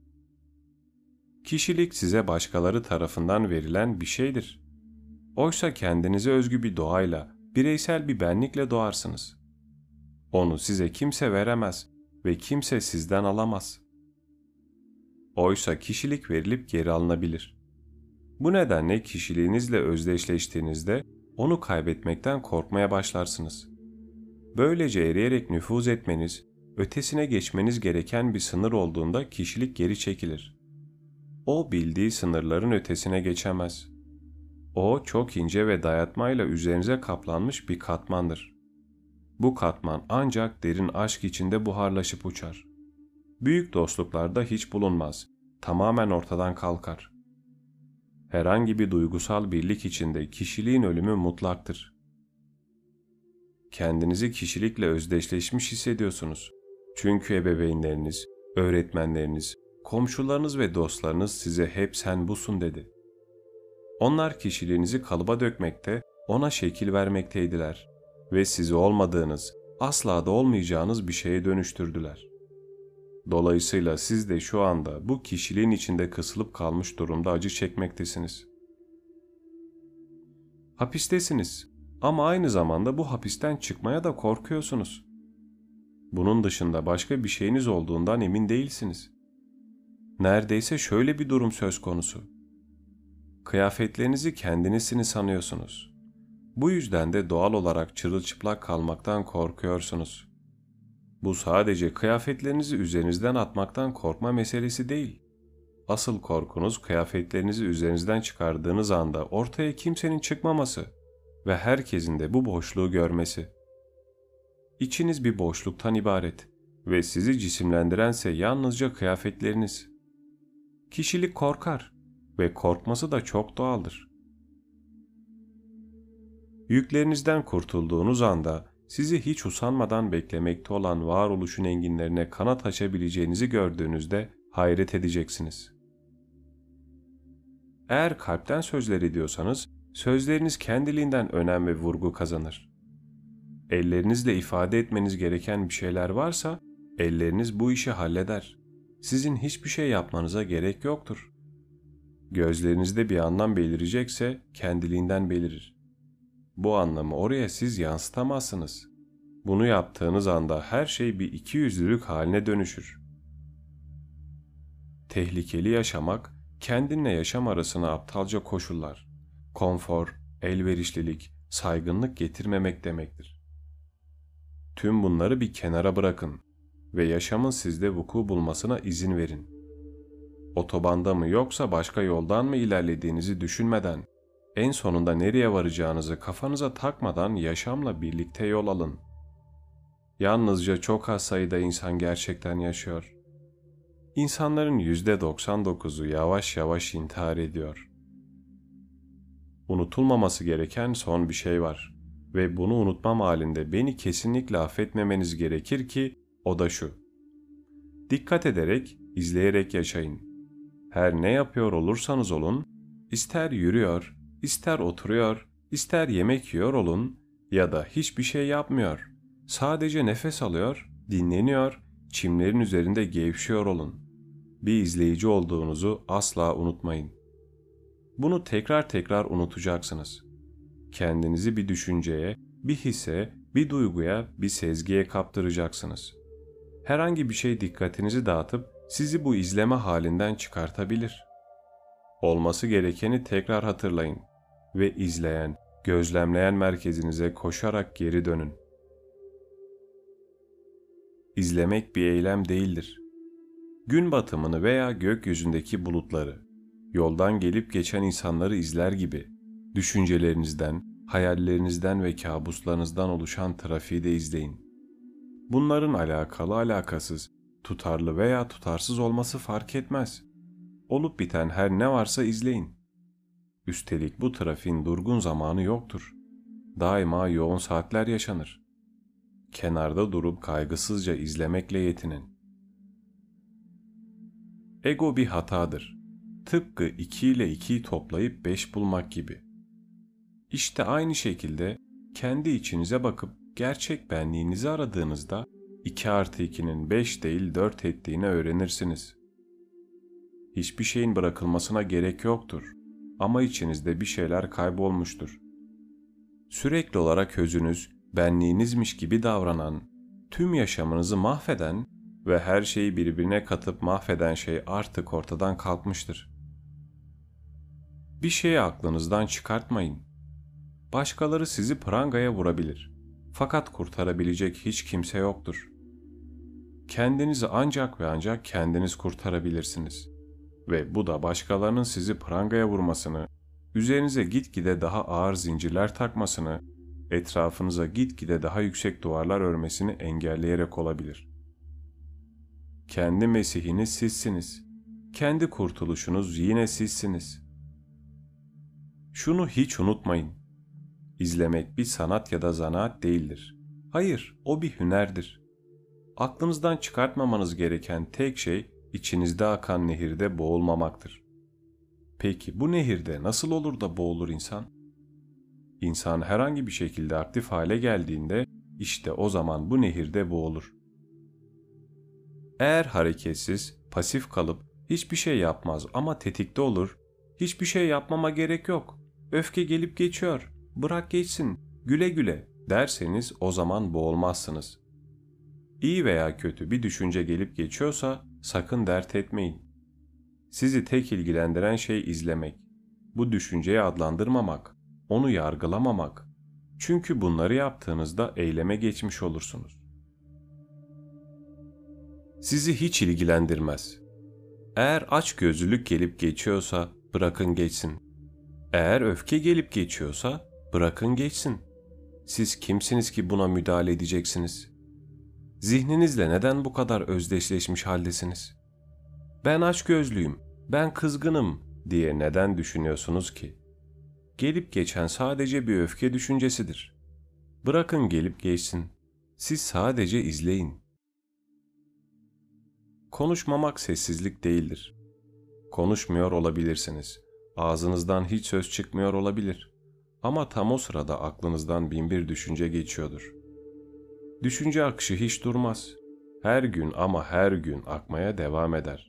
Kişilik size başkaları tarafından verilen bir şeydir. Oysa kendinize özgü bir doğayla, bireysel bir benlikle doğarsınız. Onu size kimse veremez ve kimse sizden alamaz. Oysa kişilik verilip geri alınabilir. Bu nedenle kişiliğinizle özdeşleştiğinizde onu kaybetmekten korkmaya başlarsınız. Böylece eriyerek nüfuz etmeniz, ötesine geçmeniz gereken bir sınır olduğunda kişilik geri çekilir. O bildiği sınırların ötesine geçemez. O çok ince ve dayatmayla üzerinize kaplanmış bir katmandır. Bu katman ancak derin aşk içinde buharlaşıp uçar. Büyük dostluklarda hiç bulunmaz, tamamen ortadan kalkar. Herhangi bir duygusal birlik içinde kişiliğin ölümü mutlaktır. Kendinizi kişilikle özdeşleşmiş hissediyorsunuz. Çünkü ebeveynleriniz, öğretmenleriniz, komşularınız ve dostlarınız size hep sen busun dedi. Onlar kişiliğinizi kalıba dökmekte, ona şekil vermekteydiler ve sizi olmadığınız, asla da olmayacağınız bir şeye dönüştürdüler. Dolayısıyla siz de şu anda bu kişiliğin içinde kısılıp kalmış durumda acı çekmektesiniz. Hapistesiniz ama aynı zamanda bu hapisten çıkmaya da korkuyorsunuz. Bunun dışında başka bir şeyiniz olduğundan emin değilsiniz. Neredeyse şöyle bir durum söz konusu. Kıyafetlerinizi kendinizsiniz sanıyorsunuz. Bu yüzden de doğal olarak çırılçıplak kalmaktan korkuyorsunuz. Bu sadece kıyafetlerinizi üzerinizden atmaktan korkma meselesi değil. Asıl korkunuz kıyafetlerinizi üzerinizden çıkardığınız anda ortaya kimsenin çıkmaması ve herkesin de bu boşluğu görmesi. İçiniz bir boşluktan ibaret ve sizi cisimlendirense yalnızca kıyafetleriniz. Kişilik korkar ve korkması da çok doğaldır. Yüklerinizden kurtulduğunuz anda sizi hiç usanmadan beklemekte olan varoluşun enginlerine kanat açabileceğinizi gördüğünüzde hayret edeceksiniz. Eğer kalpten sözler ediyorsanız, sözleriniz kendiliğinden önem ve vurgu kazanır. Ellerinizle ifade etmeniz gereken bir şeyler varsa, elleriniz bu işi halleder. Sizin hiçbir şey yapmanıza gerek yoktur. Gözlerinizde bir anlam belirecekse kendiliğinden belirir. Bu anlamı oraya siz yansıtamazsınız. Bunu yaptığınız anda her şey bir ikiyüzlülük haline dönüşür. Tehlikeli yaşamak, kendinle yaşam arasına aptalca koşullar, konfor, elverişlilik, saygınlık getirmemek demektir. Tüm bunları bir kenara bırakın ve yaşamın sizde vuku bulmasına izin verin. Otobanda mı yoksa başka yoldan mı ilerlediğinizi düşünmeden, en sonunda nereye varacağınızı kafanıza takmadan yaşamla birlikte yol alın. Yalnızca çok az sayıda insan gerçekten yaşıyor. İnsanların %99'u yavaş yavaş intihar ediyor. Unutulmaması gereken son bir şey var ve bunu unutmam halinde beni kesinlikle affetmemeniz gerekir ki o da şu. Dikkat ederek, izleyerek yaşayın. Her ne yapıyor olursanız olun, ister yürüyor, ister oturuyor, ister yemek yiyor olun ya da hiçbir şey yapmıyor. Sadece nefes alıyor, dinleniyor, çimlerin üzerinde gevşiyor olun. Bir izleyici olduğunuzu asla unutmayın. Bunu tekrar tekrar unutacaksınız. Kendinizi bir düşünceye, bir hisse, bir duyguya, bir sezgiye kaptıracaksınız. Herhangi bir şey dikkatinizi dağıtıp sizi bu izleme halinden çıkartabilir. Olması gerekeni tekrar hatırlayın ve izleyen, gözlemleyen merkezinize koşarak geri dönün. İzlemek bir eylem değildir. Gün batımını veya gökyüzündeki bulutları, yoldan gelip geçen insanları izler gibi, düşüncelerinizden, hayallerinizden ve kabuslarınızdan oluşan trafiği de izleyin. Bunların alakalı alakasız, tutarlı veya tutarsız olması fark etmez. Olup biten her ne varsa izleyin. Üstelik bu trafiğin durgun zamanı yoktur. Daima yoğun saatler yaşanır. Kenarda durup kaygısızca izlemekle yetinin. Ego bir hatadır. Tıpkı 2 ile 2'yi toplayıp 5 bulmak gibi. İşte aynı şekilde kendi içinize bakıp gerçek benliğinizi aradığınızda 2 artı 2'nin 5 değil 4 ettiğini öğrenirsiniz. Hiçbir şeyin bırakılmasına gerek yoktur ama içinizde bir şeyler kaybolmuştur. Sürekli olarak özünüz, benliğinizmiş gibi davranan, tüm yaşamınızı mahveden ve her şeyi birbirine katıp mahveden şey artık ortadan kalkmıştır. Bir şeyi aklınızdan çıkartmayın. Başkaları sizi prangaya vurabilir. Fakat kurtarabilecek hiç kimse yoktur. Kendinizi ancak ve ancak kendiniz kurtarabilirsiniz. Ve bu da başkalarının sizi prangaya vurmasını, üzerinize gitgide daha ağır zincirler takmasını, etrafınıza gitgide daha yüksek duvarlar örmesini engelleyerek olabilir. Kendi Mesih'iniz sizsiniz. Kendi kurtuluşunuz yine sizsiniz. Şunu hiç unutmayın. İzlemek bir sanat ya da zanaat değildir. Hayır, o bir hünerdir. Aklınızdan çıkartmamanız gereken tek şey içinizde akan nehirde boğulmamaktır. Peki bu nehirde nasıl olur da boğulur insan? İnsan herhangi bir şekilde aktif hale geldiğinde işte o zaman bu nehirde boğulur. Eğer hareketsiz, pasif kalıp hiçbir şey yapmaz ama tetikte olur, hiçbir şey yapmama gerek yok, öfke gelip geçiyor, bırak geçsin, güle güle derseniz o zaman boğulmazsınız. İyi veya kötü bir düşünce gelip geçiyorsa sakın dert etmeyin. Sizi tek ilgilendiren şey izlemek, bu düşünceyi adlandırmamak, onu yargılamamak. Çünkü bunları yaptığınızda eyleme geçmiş olursunuz. Sizi hiç ilgilendirmez. Eğer açgözlülük gelip geçiyorsa bırakın geçsin. Eğer öfke gelip geçiyorsa bırakın geçsin. Siz kimsiniz ki buna müdahale edeceksiniz? Zihninizle neden bu kadar özdeşleşmiş haldesiniz? Ben açgözlüyüm, ben kızgınım diye neden düşünüyorsunuz ki? Gelip geçen sadece bir öfke düşüncesidir. Bırakın gelip geçsin. Siz sadece izleyin. Konuşmamak sessizlik değildir. Konuşmuyor olabilirsiniz. Ağzınızdan hiç söz çıkmıyor olabilir. Ama tam o sırada aklınızdan bin bir düşünce geçiyordur. Düşünce akışı hiç durmaz. Her gün ama her gün akmaya devam eder.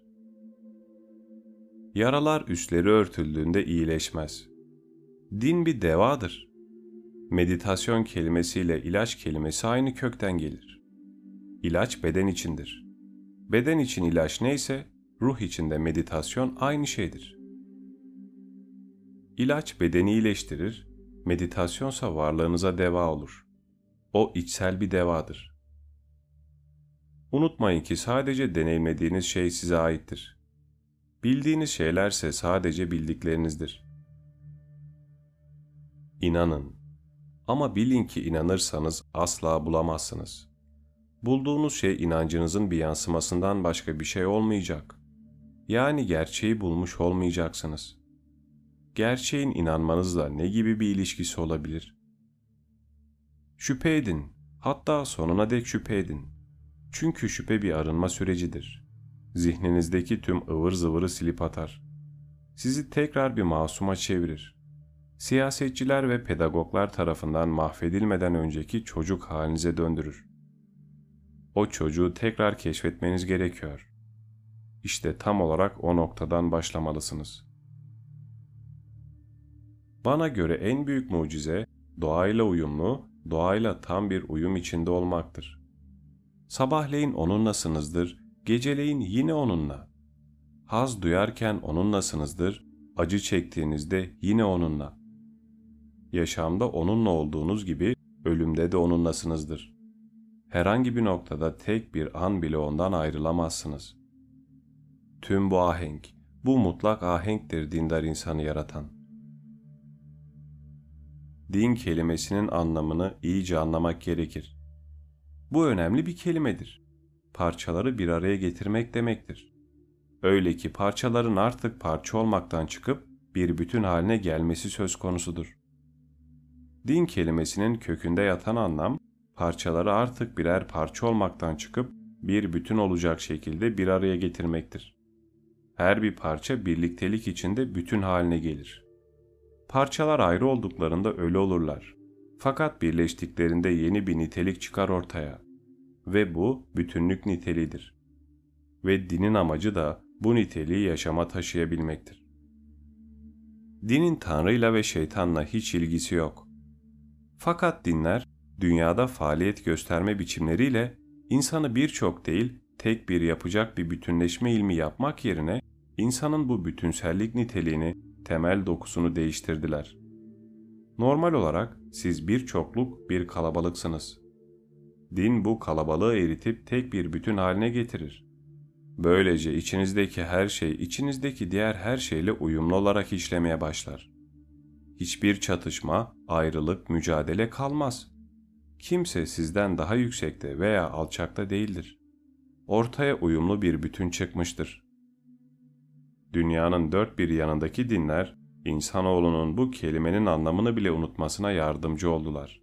Yaralar üstleri örtüldüğünde iyileşmez. Din bir devadır. Meditasyon kelimesiyle ilaç kelimesi aynı kökten gelir. İlaç beden içindir. Beden için ilaç neyse, ruh için de meditasyon aynı şeydir. İlaç bedeni iyileştirir, meditasyonsa varlığınıza deva olur. O içsel bir devadır. Unutmayın ki sadece deneyimlediğiniz şey size aittir. Bildiğiniz şeylerse sadece bildiklerinizdir. İnanın. Ama bilin ki inanırsanız asla bulamazsınız. Bulduğunuz şey inancınızın bir yansımasından başka bir şey olmayacak. Yani gerçeği bulmuş olmayacaksınız. Gerçeğin inanmanızla ne gibi bir ilişkisi olabilir? Şüphe edin, hatta sonuna dek şüphe edin. Çünkü şüphe bir arınma sürecidir. Zihninizdeki tüm ıvır zıvırı silip atar. Sizi tekrar bir masuma çevirir. Siyasetçiler ve pedagoglar tarafından mahvedilmeden önceki çocuk halinize döndürür. O çocuğu tekrar keşfetmeniz gerekiyor. İşte tam olarak o noktadan başlamalısınız. Bana göre en büyük mucize, doğayla uyumlu, doğayla tam bir uyum içinde olmaktır. Sabahleyin onunlasınızdır, geceleyin yine onunla. Haz duyarken onunlasınızdır, acı çektiğinizde yine onunla. Yaşamda onunla olduğunuz gibi ölümde de onunlasınızdır. Herhangi bir noktada tek bir an bile ondan ayrılamazsınız. Tüm bu ahenk, bu mutlak ahenktir dindar insanı yaratan. Din kelimesinin anlamını iyice anlamak gerekir. Bu önemli bir kelimedir. Parçaları bir araya getirmek demektir. Öyle ki parçaların artık parça olmaktan çıkıp bir bütün haline gelmesi söz konusudur. Din kelimesinin kökünde yatan anlam, parçaları artık birer parça olmaktan çıkıp bir bütün olacak şekilde bir araya getirmektir. Her bir parça birliktelik içinde bütün haline gelir. Parçalar ayrı olduklarında ölü olurlar. Fakat birleştiklerinde yeni bir nitelik çıkar ortaya. Ve bu bütünlük niteliğidir. Ve dinin amacı da bu niteliği yaşama taşıyabilmektir. Dinin Tanrı'yla ve şeytanla hiç ilgisi yok. Fakat dinler, dünyada faaliyet gösterme biçimleriyle insanı birçok değil, tek bir yapacak bir bütünleşme ilmi yapmak yerine insanın bu bütünsellik niteliğini, temel dokusunu değiştirdiler. Normal olarak siz bir çokluk, bir kalabalıksınız. Din bu kalabalığı eritip tek bir bütün haline getirir. Böylece içinizdeki her şey, içinizdeki diğer her şeyle uyumlu olarak işlemeye başlar. Hiçbir çatışma, ayrılık, mücadele kalmaz. Kimse sizden daha yüksekte veya alçakta değildir. Ortaya uyumlu bir bütün çıkmıştır. Dünyanın dört bir yanındaki dinler, insanoğlunun bu kelimenin anlamını bile unutmasına yardımcı oldular.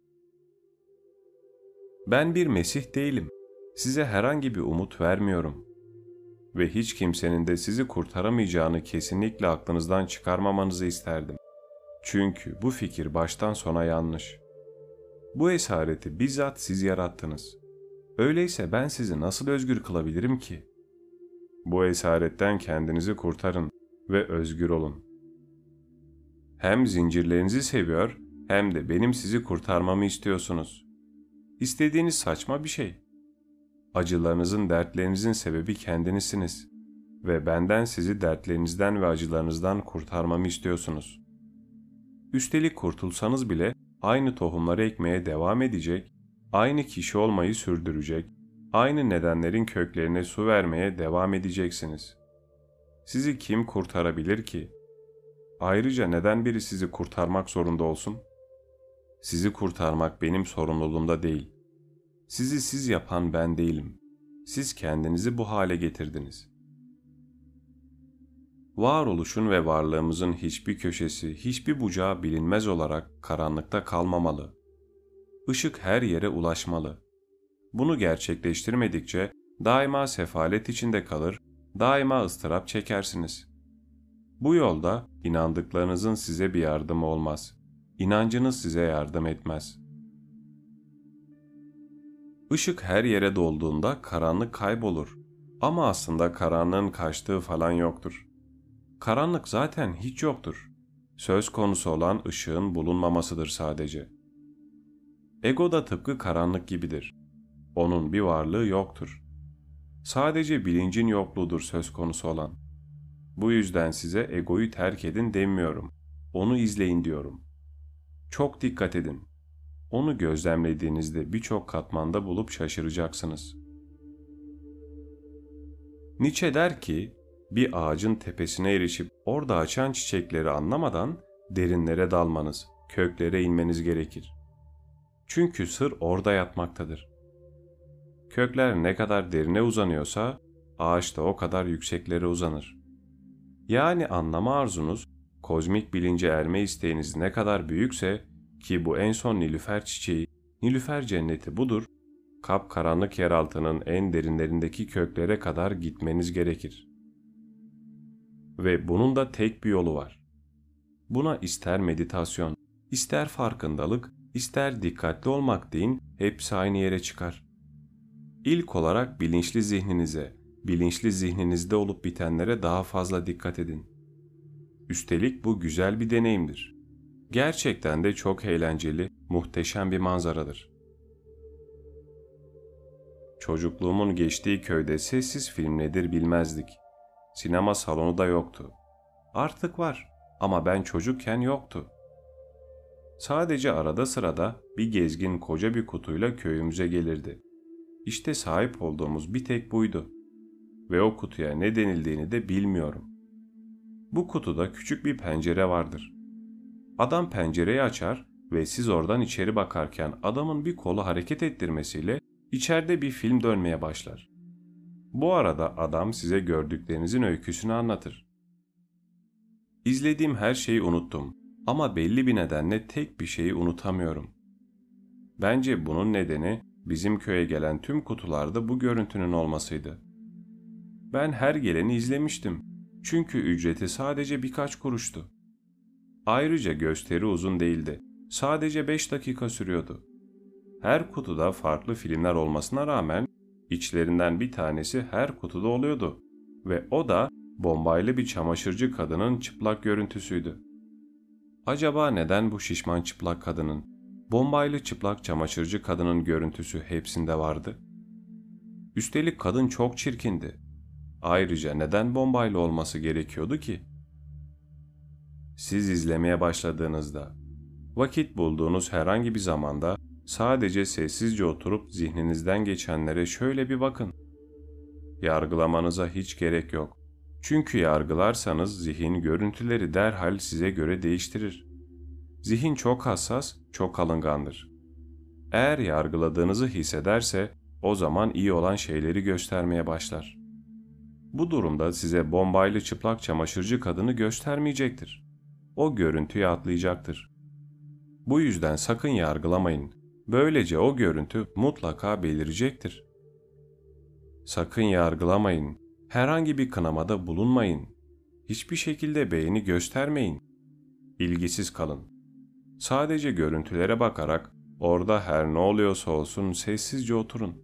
Ben bir Mesih değilim. Size herhangi bir umut vermiyorum. Ve hiç kimsenin de sizi kurtaramayacağını kesinlikle aklınızdan çıkarmamanızı isterdim. Çünkü bu fikir baştan sona yanlış. Bu esareti bizzat siz yarattınız. Öyleyse ben sizi nasıl özgür kılabilirim ki? Bu esaretten kendinizi kurtarın ve özgür olun. Hem zincirlerinizi seviyor hem de benim sizi kurtarmamı istiyorsunuz. İstediğiniz saçma bir şey. Acılarınızın, dertlerinizin sebebi kendinizsiniz ve benden sizi dertlerinizden ve acılarınızdan kurtarmamı istiyorsunuz. Üstelik kurtulsanız bile aynı tohumları ekmeye devam edecek, aynı kişi olmayı sürdürecek, aynı nedenlerin köklerine su vermeye devam edeceksiniz. Sizi kim kurtarabilir ki? Ayrıca neden biri sizi kurtarmak zorunda olsun? Sizi kurtarmak benim sorumluluğumda değil. Sizi siz yapan ben değilim. Siz kendinizi bu hale getirdiniz. Varoluşun ve varlığımızın hiçbir köşesi, hiçbir bucağı bilinmez olarak karanlıkta kalmamalı. Işık her yere ulaşmalı. Bunu gerçekleştirmedikçe daima sefalet içinde kalır, daima ıstırap çekersiniz. Bu yolda inandıklarınızın size bir yardımı olmaz. İnancınız size yardım etmez. Işık her yere dolduğunda karanlık kaybolur. Ama aslında karanlığın kaçtığı falan yoktur. Karanlık zaten hiç yoktur. Söz konusu olan ışığın bulunmamasıdır sadece. Ego da tıpkı karanlık gibidir. Onun bir varlığı yoktur. Sadece bilincin yokluğudur söz konusu olan. Bu yüzden size egoyu terk edin demiyorum. Onu izleyin diyorum. Çok dikkat edin. Onu gözlemlediğinizde birçok katmanda bulup şaşıracaksınız. Nietzsche der ki, bir ağacın tepesine erişip orada açan çiçekleri anlamadan derinlere dalmanız, köklere inmeniz gerekir. Çünkü sır orada yatmaktadır. Kökler ne kadar derine uzanıyorsa, ağaç da o kadar yükseklere uzanır. Yani anlama arzunuz, kozmik bilince erme isteğiniz ne kadar büyükse, ki bu en son nilüfer çiçeği, nilüfer cenneti budur, kapkaranlık yeraltının en derinlerindeki köklere kadar gitmeniz gerekir. Ve bunun da tek bir yolu var. Buna ister meditasyon, ister farkındalık, ister dikkatli olmak deyin, hepsi aynı yere çıkar. İlk olarak bilinçli zihninize, bilinçli zihninizde olup bitenlere daha fazla dikkat edin. Üstelik bu güzel bir deneyimdir. Gerçekten de çok eğlenceli, muhteşem bir manzaradır. Çocukluğumun geçtiği köyde sessiz film nedir bilmezdik. Sinema salonu da yoktu. Artık var ama ben çocukken yoktu. Sadece arada sırada bir gezgin koca bir kutuyla köyümüze gelirdi. İşte sahip olduğumuz bir tek buydu. Ve o kutuya ne denildiğini de bilmiyorum. Bu kutuda küçük bir pencere vardır. Adam pencereyi açar ve siz oradan içeri bakarken adamın bir kolu hareket ettirmesiyle içeride bir film dönmeye başlar. Bu arada adam size gördüklerinizin öyküsünü anlatır. İzlediğim her şeyi unuttum ama belli bir nedenle tek bir şeyi unutamıyorum. Bence bunun nedeni bizim köye gelen tüm kutularda bu görüntünün olmasıydı. Ben her geleni izlemiştim. Çünkü ücreti sadece birkaç kuruştu. Ayrıca gösteri uzun değildi. Sadece 5 dakika sürüyordu. Her kutuda farklı filmler olmasına rağmen içlerinden bir tanesi her kutuda oluyordu. Ve o da bombaylı bir çamaşırcı kadının çıplak görüntüsüydü. Acaba neden bu şişman çıplak kadının, bombaylı çıplak çamaşırcı kadının görüntüsü hepsinde vardı? Üstelik kadın çok çirkindi. Ayrıca neden bombaylı olması gerekiyordu ki? Siz izlemeye başladığınızda, vakit bulduğunuz herhangi bir zamanda sadece sessizce oturup zihninizden geçenlere şöyle bir bakın. Yargılamanıza hiç gerek yok. Çünkü yargılarsanız zihin görüntüleri derhal size göre değiştirir. Zihin çok hassas, çok alıngandır. Eğer yargıladığınızı hissederse o zaman iyi olan şeyleri göstermeye başlar. Bu durumda size bombaylı çıplak çamaşırcı kadını göstermeyecektir. O görüntüyü atlayacaktır. Bu yüzden sakın yargılamayın. Böylece o görüntü mutlaka belirecektir. Sakın yargılamayın. Herhangi bir kınamada bulunmayın. Hiçbir şekilde beğeni göstermeyin. İlgisiz kalın. Sadece görüntülere bakarak orada her ne oluyorsa olsun sessizce oturun.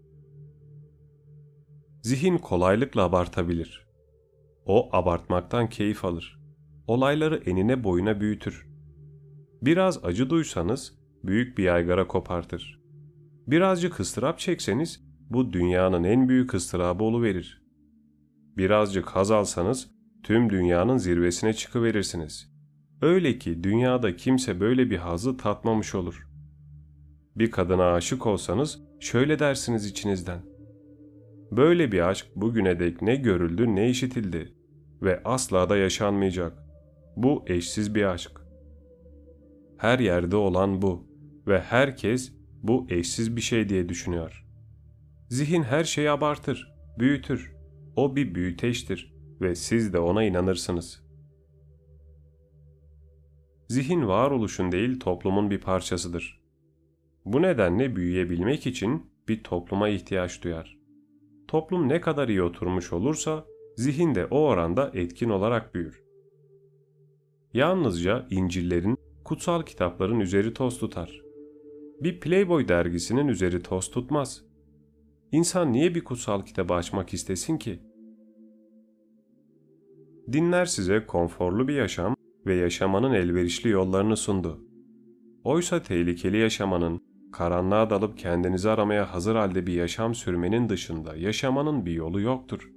Zihin kolaylıkla abartabilir. O abartmaktan keyif alır. Olayları enine boyuna büyütür. Biraz acı duysanız büyük bir yaygara kopartır. Birazcık ıstırap çekseniz bu dünyanın en büyük ıstırabı oluverir. Birazcık haz alsanız tüm dünyanın zirvesine çıkıverirsiniz. Öyle ki dünyada kimse böyle bir hazzı tatmamış olur. Bir kadına aşık olsanız şöyle dersiniz içinizden: böyle bir aşk bugüne dek ne görüldü ne işitildi ve asla da yaşanmayacak. Bu eşsiz bir aşk. Her yerde olan bu ve herkes bu eşsiz bir şey diye düşünüyor. Zihin her şeyi abartır, büyütür. O bir büyüteçtir ve siz de ona inanırsınız. Zihin varoluşun değil toplumun bir parçasıdır. Bu nedenle büyüyebilmek için bir topluma ihtiyaç duyar. Toplum ne kadar iyi oturmuş olursa zihin de o oranda etkin olarak büyür. Yalnızca İncil'lerin, kutsal kitapların üzeri toz tutar. Bir Playboy dergisinin üzeri toz tutmaz. İnsan niye bir kutsal kitabı açmak istesin ki? Dinler size konforlu bir yaşam ve yaşamanın elverişli yollarını sundu. Oysa tehlikeli yaşamanın, karanlığa dalıp kendinizi aramaya hazır halde bir yaşam sürmenin dışında yaşamanın bir yolu yoktur.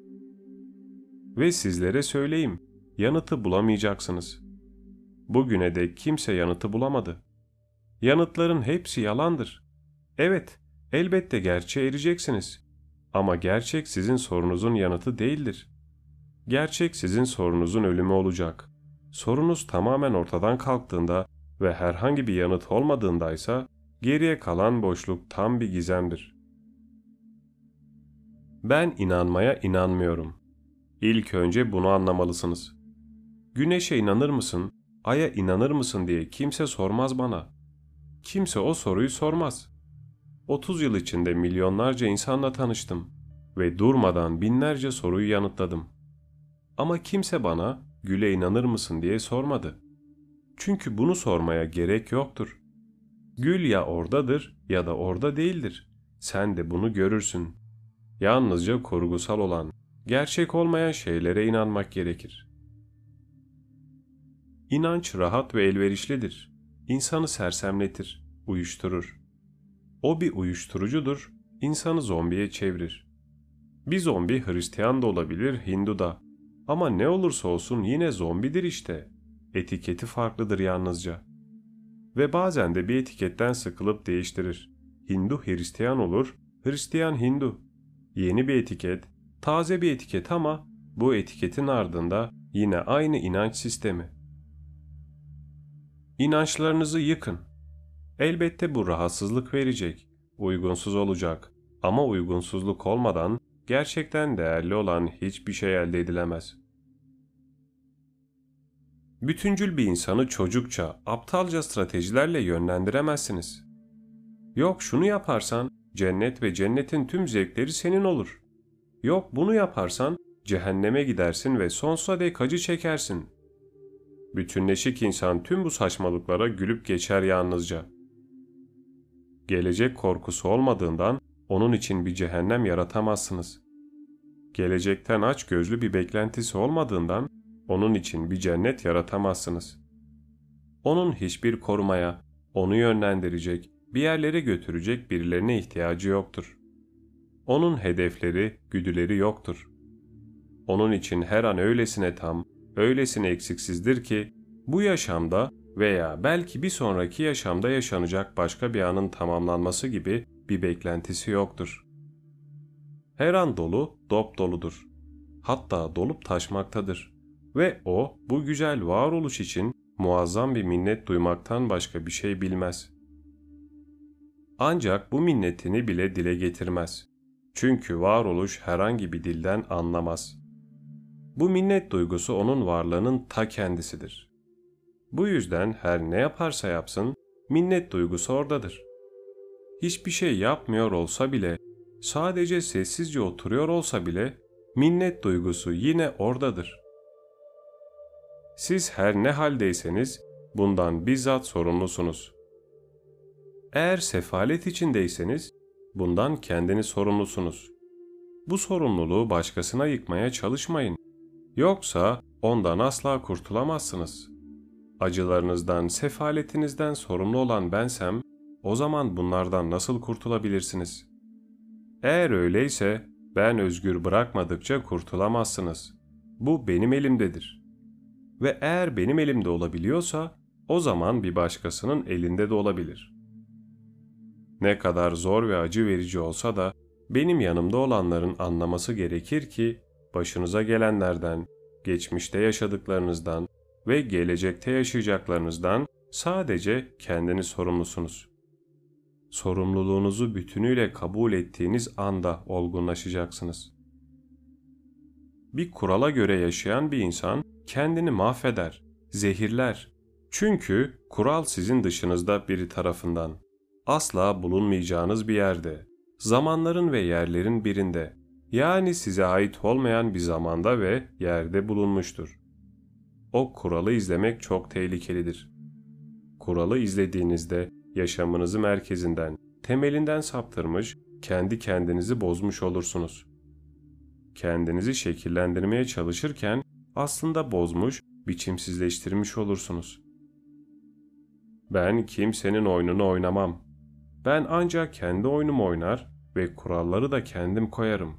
Ve sizlere söyleyeyim, yanıtı bulamayacaksınız. Bugüne dek kimse yanıtı bulamadı. Yanıtların hepsi yalandır. Evet, elbette gerçeğe ereceksiniz. Ama gerçek sizin sorunuzun yanıtı değildir. Gerçek sizin sorunuzun ölümü olacak. Sorunuz tamamen ortadan kalktığında ve herhangi bir yanıt olmadığındaysa geriye kalan boşluk tam bir gizemdir. Ben inanmaya inanmıyorum. İlk önce bunu anlamalısınız. Güneşe inanır mısın, aya inanır mısın diye kimse sormaz bana. Kimse o soruyu sormaz. 30 yıl içinde milyonlarca insanla tanıştım ve durmadan binlerce soruyu yanıtladım. Ama kimse bana güle inanır mısın diye sormadı. Çünkü bunu sormaya gerek yoktur. Gül ya oradadır ya da orada değildir. Sen de bunu görürsün. Yalnızca kurgusal olan, gerçek olmayan şeylere inanmak gerekir. İnanç rahat ve elverişlidir. İnsanı sersemletir, uyuşturur. O bir uyuşturucudur, insanı zombiye çevirir. Bir zombi Hristiyan da olabilir, Hindu da. Ama ne olursa olsun yine zombidir işte. Etiketi farklıdır yalnızca. Ve bazen de bir etiketten sıkılıp değiştirir. Hindu Hristiyan olur, Hristiyan Hindu. Yeni bir etiket, taze bir etiket ama bu etiketin ardında yine aynı inanç sistemi. İnançlarınızı yıkın. Elbette bu rahatsızlık verecek, uygunsuz olacak ama uygunsuzluk olmadan gerçekten değerli olan hiçbir şey elde edilemez. Bütüncül bir insanı çocukça, aptalca stratejilerle yönlendiremezsiniz. Yok şunu yaparsan cennet ve cennetin tüm zevkleri senin olur. Yok bunu yaparsan cehenneme gidersin ve sonsuza dek acı çekersin. Bütünleşik insan tüm bu saçmalıklara gülüp geçer yalnızca. Gelecek korkusu olmadığından onun için bir cehennem yaratamazsınız. Gelecekten açgözlü bir beklentisi olmadığından onun için bir cennet yaratamazsınız. Onun hiçbir korumaya, onu yönlendirecek, bir yerlere götürecek birilerine ihtiyacı yoktur. Onun hedefleri, güdüleri yoktur. Onun için her an öylesine tam, öylesine eksiksizdir ki bu yaşamda veya belki bir sonraki yaşamda yaşanacak başka bir anın tamamlanması gibi bir beklentisi yoktur. Her an dolu, dop doludur. Hatta dolup taşmaktadır. Ve o bu güzel varoluş için muazzam bir minnet duymaktan başka bir şey bilmez. Ancak bu minnetini bile dile getirmez. Çünkü varoluş herhangi bir dilden anlamaz. Bu minnet duygusu onun varlığının ta kendisidir. Bu yüzden her ne yaparsa yapsın, minnet duygusu oradadır. Hiçbir şey yapmıyor olsa bile, sadece sessizce oturuyor olsa bile, minnet duygusu yine oradadır. Siz her ne haldeyseniz, bundan bizzat sorumlusunuz. Eğer sefalet içindeyseniz, bundan kendiniz sorumlusunuz. Bu sorumluluğu başkasına yıkmaya çalışmayın. Yoksa ondan asla kurtulamazsınız. Acılarınızdan, sefaletinizden sorumlu olan bensem, o zaman bunlardan nasıl kurtulabilirsiniz? Eğer öyleyse, ben özgür bırakmadıkça kurtulamazsınız. Bu benim elimdedir. Ve eğer benim elimde olabiliyorsa, o zaman bir başkasının elinde de olabilir. Ne kadar zor ve acı verici olsa da, benim yanımda olanların anlaması gerekir ki, başınıza gelenlerden, geçmişte yaşadıklarınızdan ve gelecekte yaşayacaklarınızdan sadece kendiniz sorumlusunuz. Sorumluluğunuzu bütünüyle kabul ettiğiniz anda olgunlaşacaksınız. Bir kurala göre yaşayan bir insan kendini mahveder, zehirler. Çünkü kural sizin dışınızda biri tarafından, asla bulunmayacağınız bir yerde, zamanların ve yerlerin birinde, yani size ait olmayan bir zamanda ve yerde bulunmuştur. o kuralı izlemek çok tehlikelidir. Kuralı izlediğinizde yaşamınızı merkezinden, temelinden saptırmış, kendi kendinizi bozmuş olursunuz. Kendinizi şekillendirmeye çalışırken aslında bozmuş, biçimsizleştirmiş olursunuz. Ben kimsenin oyununu oynamam. Ben ancak kendi oyunumu oynar ve kuralları da kendim koyarım.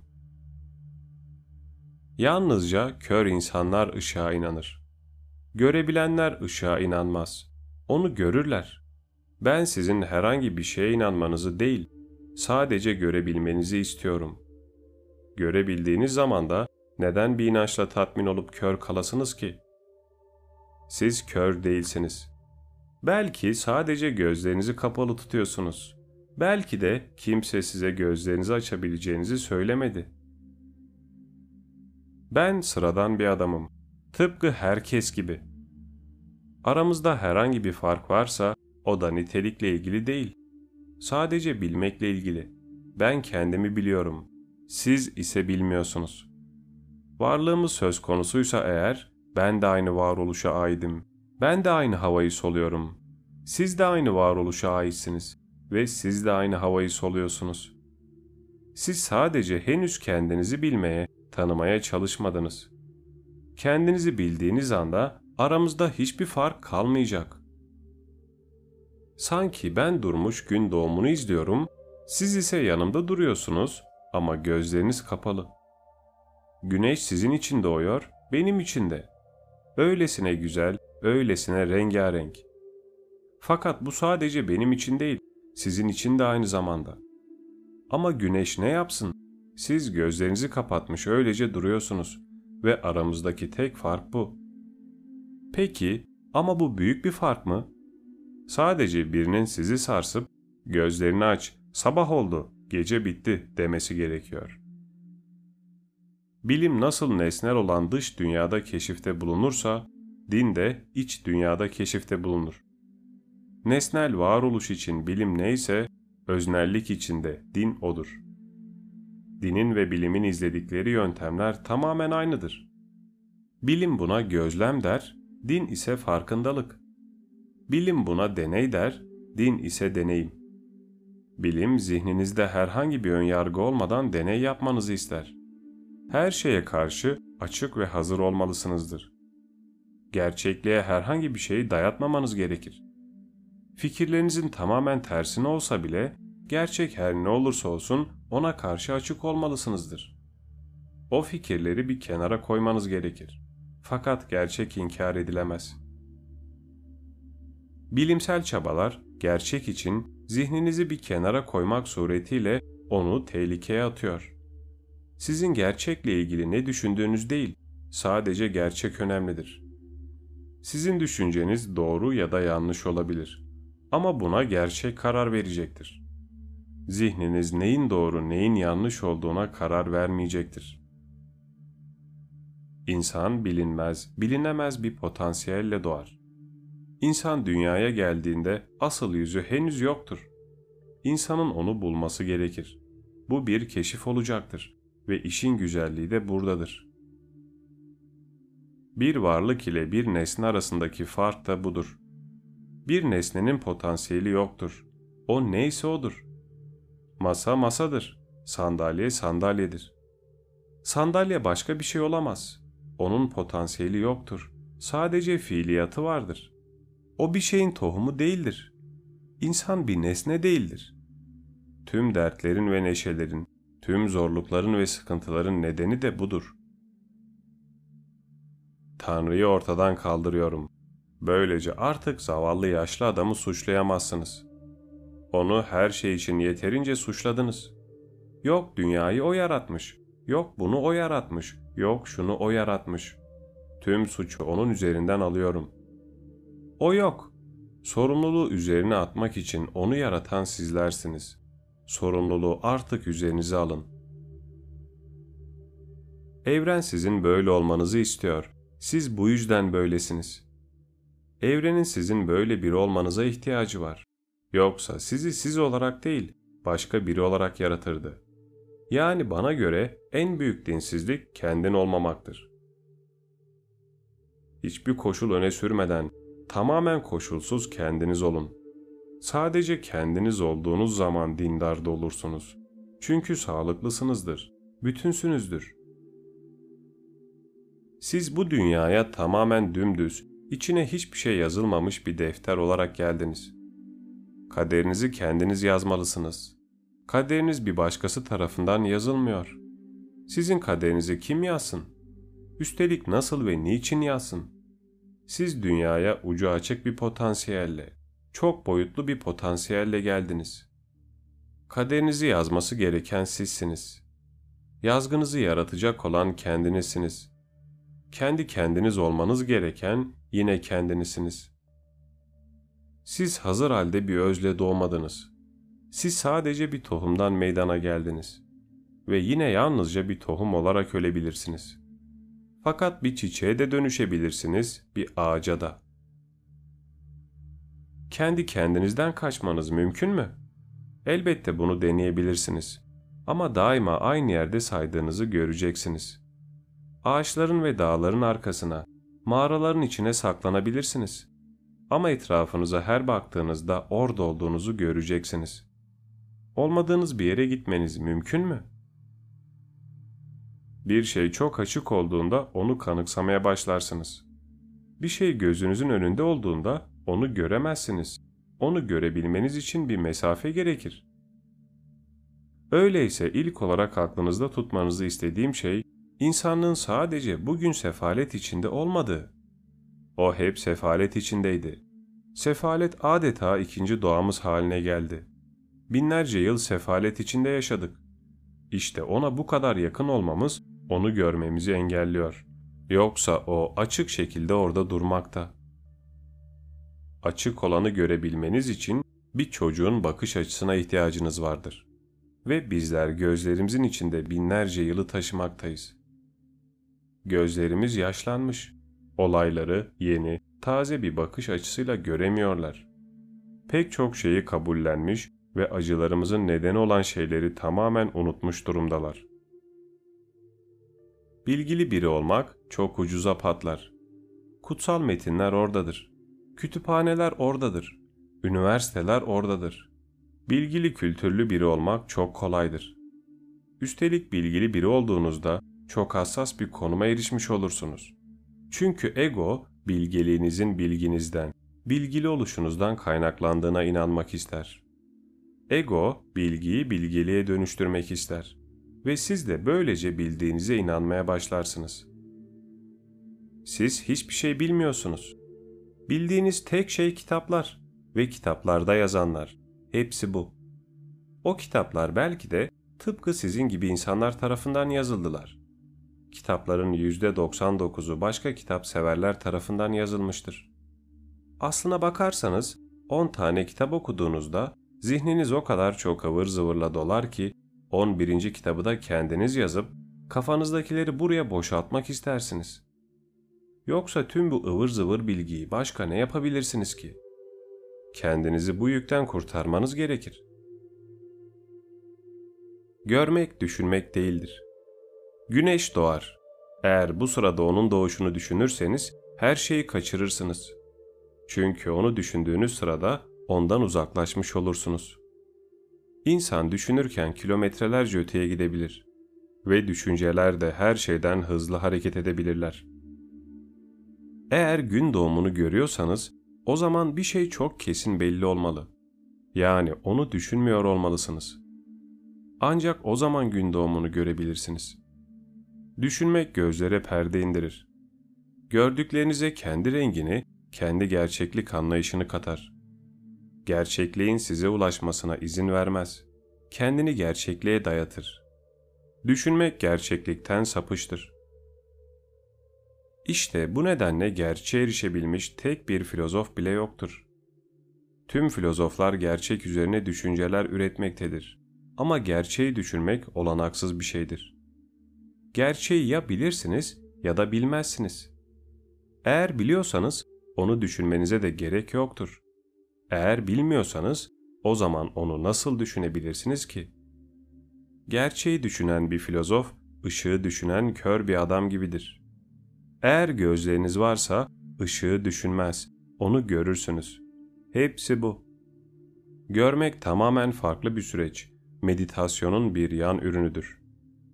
Yalnızca kör insanlar ışığa inanır. Görebilenler ışığa inanmaz. Onu görürler. Ben sizin herhangi bir şeye inanmanızı değil, sadece görebilmenizi istiyorum. Görebildiğiniz zaman da neden bir inançla tatmin olup kör kalasınız ki? Siz kör değilsiniz. Belki sadece gözlerinizi kapalı tutuyorsunuz. Belki de kimse size gözlerinizi açabileceğinizi söylemedi. Ben sıradan bir adamım. Tıpkı herkes gibi. Aramızda herhangi bir fark varsa o da nitelikle ilgili değil. Sadece bilmekle ilgili. Ben kendimi biliyorum. Siz ise bilmiyorsunuz. Varlığımız söz konusuysa eğer, ben de aynı varoluşa aidim. Ben de aynı havayı soluyorum. Siz de aynı varoluşa aitsiniz ve siz de aynı havayı soluyorsunuz. Siz sadece henüz kendinizi bilmeye, tanımaya çalışmadınız. Kendinizi bildiğiniz anda aramızda hiçbir fark kalmayacak. Sanki ben durmuş gün doğumunu izliyorum, siz ise yanımda duruyorsunuz ama gözleriniz kapalı. Güneş sizin için doğuyor, benim için de. Öylesine güzel, öylesine rengarenk. Fakat bu sadece benim için değil, sizin için de aynı zamanda. Ama güneş ne yapsın? Siz gözlerinizi kapatmış öylece duruyorsunuz ve aramızdaki tek fark bu. Peki, ama bu büyük bir fark mı? Sadece birinin sizi sarsıp, gözlerini aç, sabah oldu, gece bitti demesi gerekiyor. Bilim nasıl nesnel olan dış dünyada keşifte bulunursa, din de iç dünyada keşifte bulunur. Nesnel varoluş için bilim neyse, öznellik için de din odur. Dinin ve bilimin izledikleri yöntemler tamamen aynıdır. Bilim buna gözlem der, din ise farkındalık. Bilim buna deney der, din ise deneyim. Bilim zihninizde herhangi bir önyargı olmadan deney yapmanızı ister. Her şeye karşı açık ve hazır olmalısınızdır. Gerçekliğe herhangi bir şeyi dayatmamanız gerekir. Fikirlerinizin tamamen tersine olsa bile, gerçek her ne olursa olsun ona karşı açık olmalısınızdır. O fikirleri bir kenara koymanız gerekir. Fakat gerçek inkar edilemez. Bilimsel çabalar, gerçek için zihninizi bir kenara koymak suretiyle onu tehlikeye atıyor. Sizin gerçekle ilgili ne düşündüğünüz değil, sadece gerçek önemlidir. Sizin düşünceniz doğru ya da yanlış olabilir. Ama buna gerçek karar verecektir. Zihniniz neyin doğru, neyin yanlış olduğuna karar vermeyecektir. İnsan bilinmez, bilinemez bir potansiyelle doğar. İnsan dünyaya geldiğinde asıl yüzü henüz yoktur. İnsanın onu bulması gerekir. Bu bir keşif olacaktır ve işin güzelliği de buradadır. Bir varlık ile bir nesne arasındaki fark da budur. Bir nesnenin potansiyeli yoktur. O neyse odur. Masa masadır. Sandalye sandalyedir. Sandalye başka bir şey olamaz. Onun potansiyeli yoktur. Sadece fiiliyatı vardır. O bir şeyin tohumu değildir. İnsan bir nesne değildir. Tüm dertlerin ve neşelerin, tüm zorlukların ve sıkıntıların nedeni de budur. Tanrı'yı ortadan kaldırıyorum. Böylece artık zavallı yaşlı adamı suçlayamazsınız. Onu her şey için yeterince suçladınız. Yok dünyayı o yaratmış, yok bunu o yaratmış, yok şunu o yaratmış. Tüm suçu onun üzerinden alıyorum. O yok. Sorumluluğu üzerine atmak için onu yaratan sizlersiniz. Sorumluluğu artık üzerinize alın. Evren sizin böyle olmanızı istiyor. Siz bu yüzden böylesiniz. Evrenin sizin böyle biri olmanıza ihtiyacı var. Yoksa sizi siz olarak değil, başka biri olarak yaratırdı. Yani bana göre en büyük dinsizlik kendin olmamaktır. Hiçbir koşul öne sürmeden tamamen koşulsuz kendiniz olun. Sadece kendiniz olduğunuz zaman dindar da olursunuz. Çünkü sağlıklısınızdır, bütünsünüzdür. Siz bu dünyaya tamamen dümdüz, içine hiçbir şey yazılmamış bir defter olarak geldiniz. Kaderinizi kendiniz yazmalısınız. Kaderiniz bir başkası tarafından yazılmıyor. Sizin kaderinizi kim yazsın? Üstelik nasıl ve niçin yazsın? Siz dünyaya ucu açık bir potansiyelle, çok boyutlu bir potansiyelle geldiniz. Kaderinizi yazması gereken sizsiniz. Yazgınızı yaratacak olan kendinizsiniz. Kendi kendiniz olmanız gereken yine kendinizsiniz. Siz hazır halde bir özle doğmadınız. Siz sadece bir tohumdan meydana geldiniz. Ve yine yalnızca bir tohum olarak ölebilirsiniz. Fakat bir çiçeğe de dönüşebilirsiniz, bir ağaca da. Kendi kendinizden kaçmanız mümkün mü? Elbette bunu deneyebilirsiniz. Ama daima aynı yerde saydığınızı göreceksiniz. Ağaçların ve dağların arkasına, mağaraların içine saklanabilirsiniz. Ama etrafınıza her baktığınızda orada olduğunuzu göreceksiniz. Olmadığınız bir yere gitmeniz mümkün mü? Bir şey çok açık olduğunda onu kanıksamaya başlarsınız. Bir şey gözünüzün önünde olduğunda onu göremezsiniz. Onu görebilmeniz için bir mesafe gerekir. Öyleyse ilk olarak aklınızda tutmanızı istediğim şey, insanlığın sadece bugün sefalet içinde olmadığı. O hep sefalet içindeydi. Sefalet adeta ikinci doğamız haline geldi. Binlerce yıl sefalet içinde yaşadık. İşte ona bu kadar yakın olmamız onu görmemizi engelliyor. Yoksa o açık şekilde orada durmakta. Açık olanı görebilmeniz için bir çocuğun bakış açısına ihtiyacınız vardır. Ve bizler gözlerimizin içinde binlerce yılı taşımaktayız. Gözlerimiz yaşlanmış. Olayları yeni, taze bir bakış açısıyla göremiyorlar. Pek çok şeyi kabullenmiş ve acılarımızın nedeni olan şeyleri tamamen unutmuş durumdalar. Bilgili biri olmak çok ucuza patlar. Kutsal metinler oradadır. Kütüphaneler oradadır. Üniversiteler oradadır. Bilgili, kültürlü biri olmak çok kolaydır. Üstelik bilgili biri olduğunuzda çok hassas bir konuma erişmiş olursunuz. Çünkü ego, bilgeliğinizin bilginizden, bilgili oluşunuzdan kaynaklandığına inanmak ister. Ego, bilgiyi bilgeliğe dönüştürmek ister. Ve siz de böylece bildiğinize inanmaya başlarsınız. Siz hiçbir şey bilmiyorsunuz. Bildiğiniz tek şey kitaplar ve kitaplarda yazanlar. Hepsi bu. O kitaplar belki de tıpkı sizin gibi insanlar tarafından yazıldılar. Kitapların %99'u başka kitap severler tarafından yazılmıştır. Aslına bakarsanız 10 tane kitap okuduğunuzda zihniniz o kadar çok ıvır zıvırla dolar ki 11. kitabı da kendiniz yazıp kafanızdakileri buraya boşaltmak istersiniz. Yoksa tüm bu ıvır zıvır bilgiyi başka ne yapabilirsiniz ki? Kendinizi bu yükten kurtarmanız gerekir. Görmek düşünmek değildir. Güneş doğar. Eğer bu sırada onun doğuşunu düşünürseniz her şeyi kaçırırsınız. Çünkü onu düşündüğünüz sırada ondan uzaklaşmış olursunuz. İnsan düşünürken kilometrelerce öteye gidebilir ve düşünceler de her şeyden hızlı hareket edebilirler. Eğer gün doğumunu görüyorsanız o zaman bir şey çok kesin belli olmalı. Yani onu düşünmüyor olmalısınız. Ancak o zaman gün doğumunu görebilirsiniz. Düşünmek gözlere perde indirir. Gördüklerinize kendi rengini, kendi gerçeklik anlayışını katar. Gerçekliğin size ulaşmasına izin vermez. Kendini gerçekliğe dayatır. Düşünmek gerçeklikten sapıştır. İşte bu nedenle gerçeğe erişebilmiş tek bir filozof bile yoktur. Tüm filozoflar gerçek üzerine düşünceler üretmektedir. Ama gerçeği düşünmek olanaksız bir şeydir. Gerçeği ya bilirsiniz ya da bilmezsiniz. Eğer biliyorsanız onu düşünmenize de gerek yoktur. Eğer bilmiyorsanız o zaman onu nasıl düşünebilirsiniz ki? Gerçeği düşünen bir filozof, ışığı düşünen kör bir adam gibidir. Eğer gözleriniz varsa ışığı düşünmez, onu görürsünüz. Hepsi bu. Görmek tamamen farklı bir süreç. Meditasyonun bir yan ürünüdür.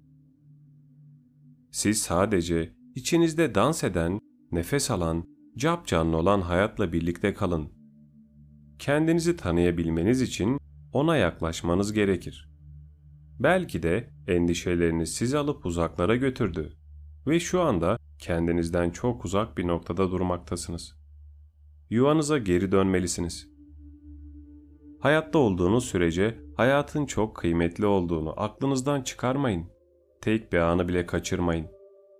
Siz sadece içinizde dans eden, nefes alan, capcanlı olan hayatla birlikte kalın. Kendinizi tanıyabilmeniz için ona yaklaşmanız gerekir. Belki de endişeleriniz sizi alıp uzaklara götürdü ve şu anda kendinizden çok uzak bir noktada durmaktasınız. Yuvanıza geri dönmelisiniz. Hayatta olduğunuz sürece hayatın çok kıymetli olduğunu aklınızdan çıkarmayın. Tek bir anı bile kaçırmayın.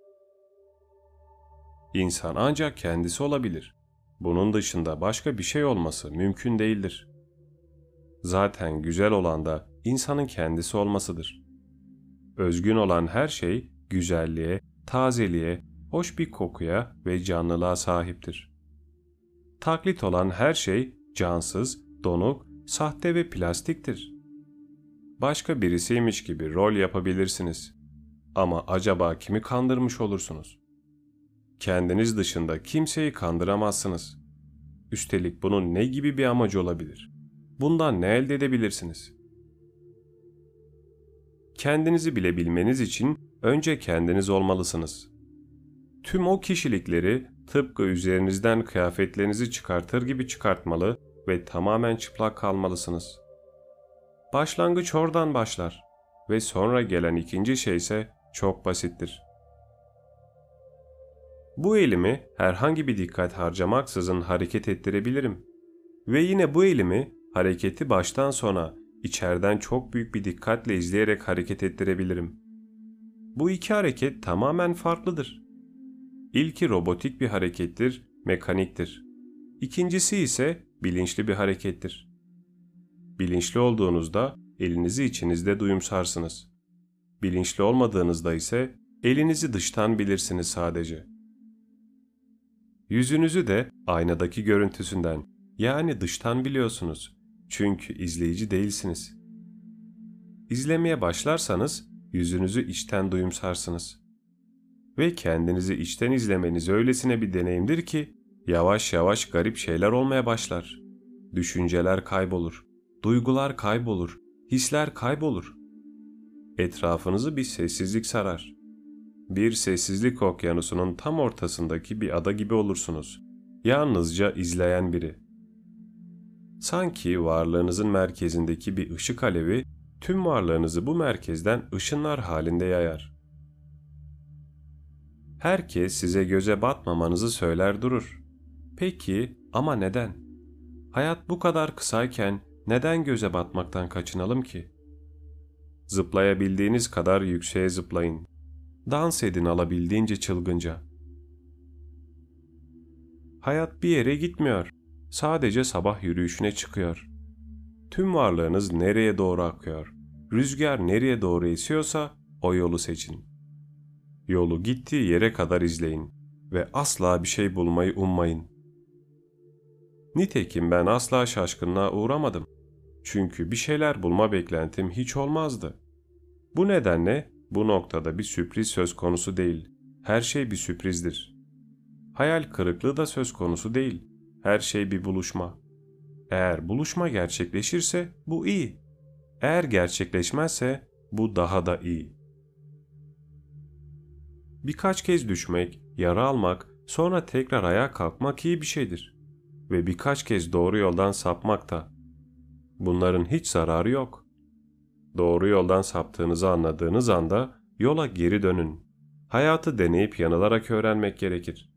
İnsan ancak kendisi olabilir. Bunun dışında başka bir şey olması mümkün değildir. Zaten güzel olan da insanın kendisi olmasıdır. Özgün olan her şey güzelliğe, tazeliğe, hoş bir kokuya ve canlılığa sahiptir. Taklit olan her şey cansız, donuk, sahte ve plastiktir. Başka birisiymiş gibi rol yapabilirsiniz. Ama acaba kimi kandırmış olursunuz? Kendiniz dışında kimseyi kandıramazsınız. Üstelik bunun ne gibi bir amacı olabilir? Bundan ne elde edebilirsiniz? Kendinizi bilebilmeniz için önce kendiniz olmalısınız. Tüm o kişilikleri tıpkı üzerinizden kıyafetlerinizi çıkartır gibi çıkartmalı ve tamamen çıplak kalmalısınız. Başlangıç oradan başlar ve sonra gelen ikinci şey ise çok basittir. Bu elimi herhangi bir dikkat harcamaksızın hareket ettirebilirim ve yine bu elimi hareketi baştan sona içeriden çok büyük bir dikkatle izleyerek hareket ettirebilirim. Bu iki hareket tamamen farklıdır. İlki robotik bir harekettir, mekaniktir. İkincisi ise bilinçli bir harekettir. Bilinçli olduğunuzda elinizi içinizde duyumsarsınız. Bilinçli olmadığınızda ise elinizi dıştan bilirsiniz sadece. Yüzünüzü de aynadaki görüntüsünden, yani dıştan biliyorsunuz. Çünkü izleyici değilsiniz. İzlemeye başlarsanız yüzünüzü içten duyumsarsınız. Ve kendinizi içten izlemeniz öylesine bir deneyimdir ki yavaş yavaş garip şeyler olmaya başlar. Düşünceler kaybolur, duygular kaybolur, hisler kaybolur. Etrafınızı bir sessizlik sarar. Bir sessizlik okyanusunun tam ortasındaki bir ada gibi olursunuz. Yalnızca izleyen biri. Sanki varlığınızın merkezindeki bir ışık alevi tüm varlığınızı bu merkezden ışınlar halinde yayar. Herkes size göze batmamanızı söyler durur. Peki ama neden? Hayat bu kadar kısayken neden göze batmaktan kaçınalım ki? Zıplayabildiğiniz kadar yükseğe zıplayın. Dans edin alabildiğince çılgınca. Hayat bir yere gitmiyor. Sadece sabah yürüyüşüne çıkıyor. Tüm varlığınız nereye doğru akıyor? Rüzgar nereye doğru esiyorsa o yolu seçin. Yolu gittiği yere kadar izleyin ve asla bir şey bulmayı ummayın. Nitekim ben asla şaşkınlığa uğramadım. Çünkü bir şeyler bulma beklentim hiç olmazdı. Bu nedenle bu noktada bir sürpriz söz konusu değil. Her şey bir sürprizdir. Hayal kırıklığı da söz konusu değil. Her şey bir buluşma. Eğer buluşma gerçekleşirse bu iyi. Eğer gerçekleşmezse bu daha da iyi. Birkaç kez düşmek, yara almak, sonra tekrar ayağa kalkmak iyi bir şeydir. Ve birkaç kez doğru yoldan sapmak da. Bunların hiç zararı yok. Doğru yoldan saptığınızı anladığınız anda yola geri dönün. Hayatı deneyip yanılarak öğrenmek gerekir.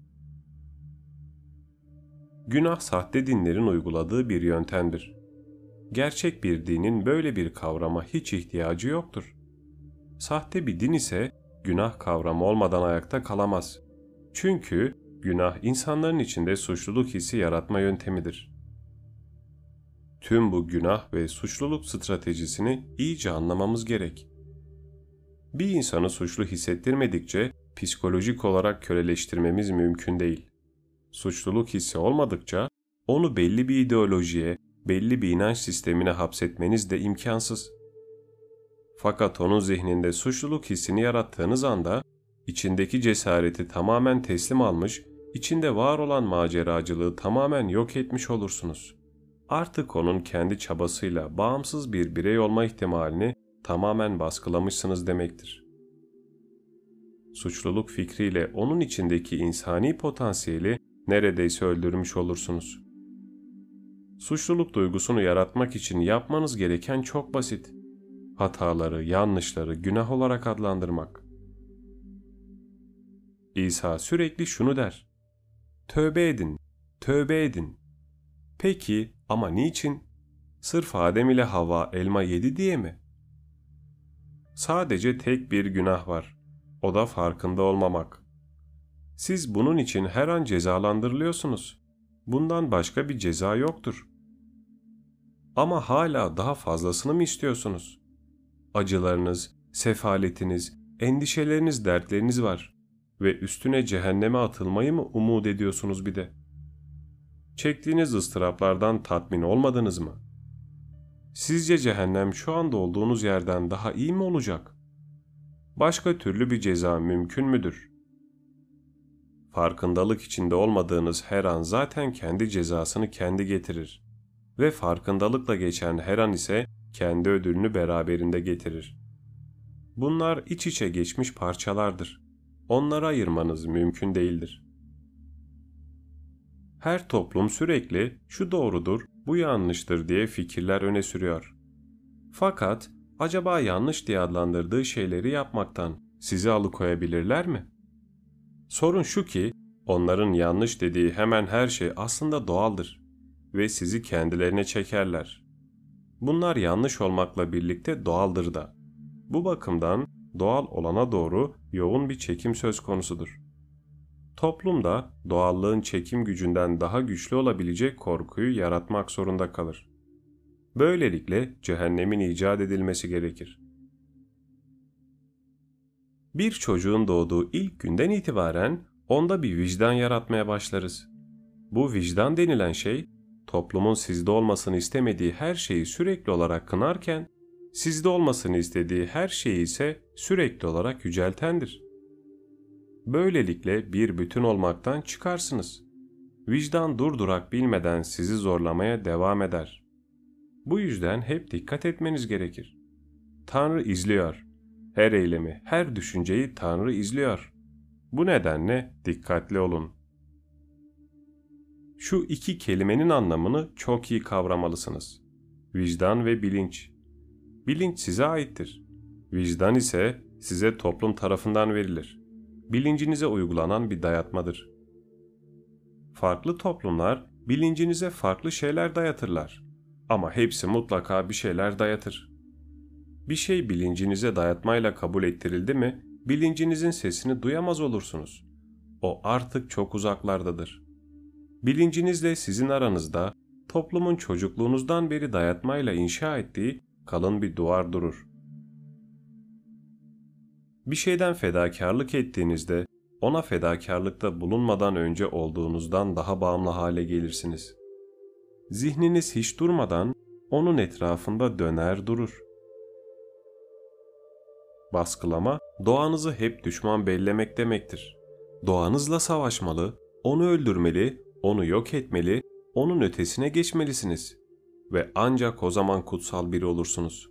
Günah sahte dinlerin uyguladığı bir yöntemdir. Gerçek bir dinin böyle bir kavrama hiç ihtiyacı yoktur. Sahte bir din ise günah kavramı olmadan ayakta kalamaz. Çünkü günah insanların içinde suçluluk hissi yaratma yöntemidir. Tüm bu günah ve suçluluk stratejisini iyice anlamamız gerek. Bir insanı suçlu hissettirmedikçe psikolojik olarak köleleştirmemiz mümkün değil. Suçluluk hissi olmadıkça onu belli bir ideolojiye, belli bir inanç sistemine hapsetmeniz de imkansız. Fakat onun zihninde suçluluk hissini yarattığınız anda içindeki cesareti tamamen teslim almış, içinde var olan maceracılığı tamamen yok etmiş olursunuz. Artık onun kendi çabasıyla bağımsız bir birey olma ihtimalini tamamen baskılamışsınız demektir. Suçluluk fikriyle onun içindeki insani potansiyeli neredeyse öldürmüş olursunuz. Suçluluk duygusunu yaratmak için yapmanız gereken çok basit. Hataları, yanlışları günah olarak adlandırmak. İsa sürekli şunu der: "Tövbe edin, tövbe edin." Peki ama niçin? Sırf Adem ile Havva elma yedi diye mi? Sadece tek bir günah var. O da farkında olmamak. Siz bunun için her an cezalandırılıyorsunuz. Bundan başka bir ceza yoktur. Ama hala daha fazlasını mı istiyorsunuz? Acılarınız, sefaletiniz, endişeleriniz, dertleriniz var ve üstüne cehenneme atılmayı mı umut ediyorsunuz bir de? Çektiğiniz ıstıraplardan tatmin olmadınız mı? Sizce cehennem şu anda olduğunuz yerden daha iyi mi olacak? Başka türlü bir ceza mümkün müdür? Farkındalık içinde olmadığınız her an zaten kendi cezasını kendi getirir ve farkındalıkla geçen her an ise kendi ödülünü beraberinde getirir. Bunlar iç içe geçmiş parçalardır. Onları ayırmanız mümkün değildir. Her toplum sürekli şu doğrudur, bu yanlıştır diye fikirler öne sürüyor. Fakat acaba yanlış diye adlandırdığı şeyleri yapmaktan sizi alıkoyabilirler mi? Sorun şu ki, onların yanlış dediği hemen her şey aslında doğaldır ve sizi kendilerine çekerler. Bunlar yanlış olmakla birlikte doğaldır da. Bu bakımdan doğal olana doğru yoğun bir çekim söz konusudur. Toplumda doğallığın çekim gücünden daha güçlü olabilecek korkuyu yaratmak zorunda kalır. Böylelikle cehennemin icat edilmesi gerekir. Bir çocuğun doğduğu ilk günden itibaren onda bir vicdan yaratmaya başlarız. Bu vicdan denilen şey, toplumun sizde olmasını istemediği her şeyi sürekli olarak kınarken, sizde olmasını istediği her şeyi ise sürekli olarak yüceltendir. Böylelikle bir bütün olmaktan çıkarsınız. Vicdan durdurak bilmeden sizi zorlamaya devam eder. Bu yüzden hep dikkat etmeniz gerekir. Tanrı izliyor. Her eylemi, her düşünceyi Tanrı izliyor. Bu nedenle dikkatli olun. Şu iki kelimenin anlamını çok iyi kavramalısınız. Vicdan ve bilinç. Bilinç size aittir. Vicdan ise size toplum tarafından verilir. Bilincinize uygulanan bir dayatmadır. Farklı toplumlar bilincinize farklı şeyler dayatırlar. Ama hepsi mutlaka bir şeyler dayatır. Bir şey bilincinize dayatmayla kabul ettirildi mi, bilincinizin sesini duyamaz olursunuz. O artık çok uzaklardadır. Bilincinizle sizin aranızda toplumun çocukluğunuzdan beri dayatmayla inşa ettiği kalın bir duvar durur. Bir şeyden fedakarlık ettiğinizde ona fedakarlıkta bulunmadan önce olduğunuzdan daha bağımlı hale gelirsiniz. Zihniniz hiç durmadan onun etrafında döner durur. Baskılama, doğanızı hep düşman bellemek demektir. Doğanızla savaşmalı, onu öldürmeli, onu yok etmeli, onun ötesine geçmelisiniz ve ancak o zaman kutsal biri olursunuz.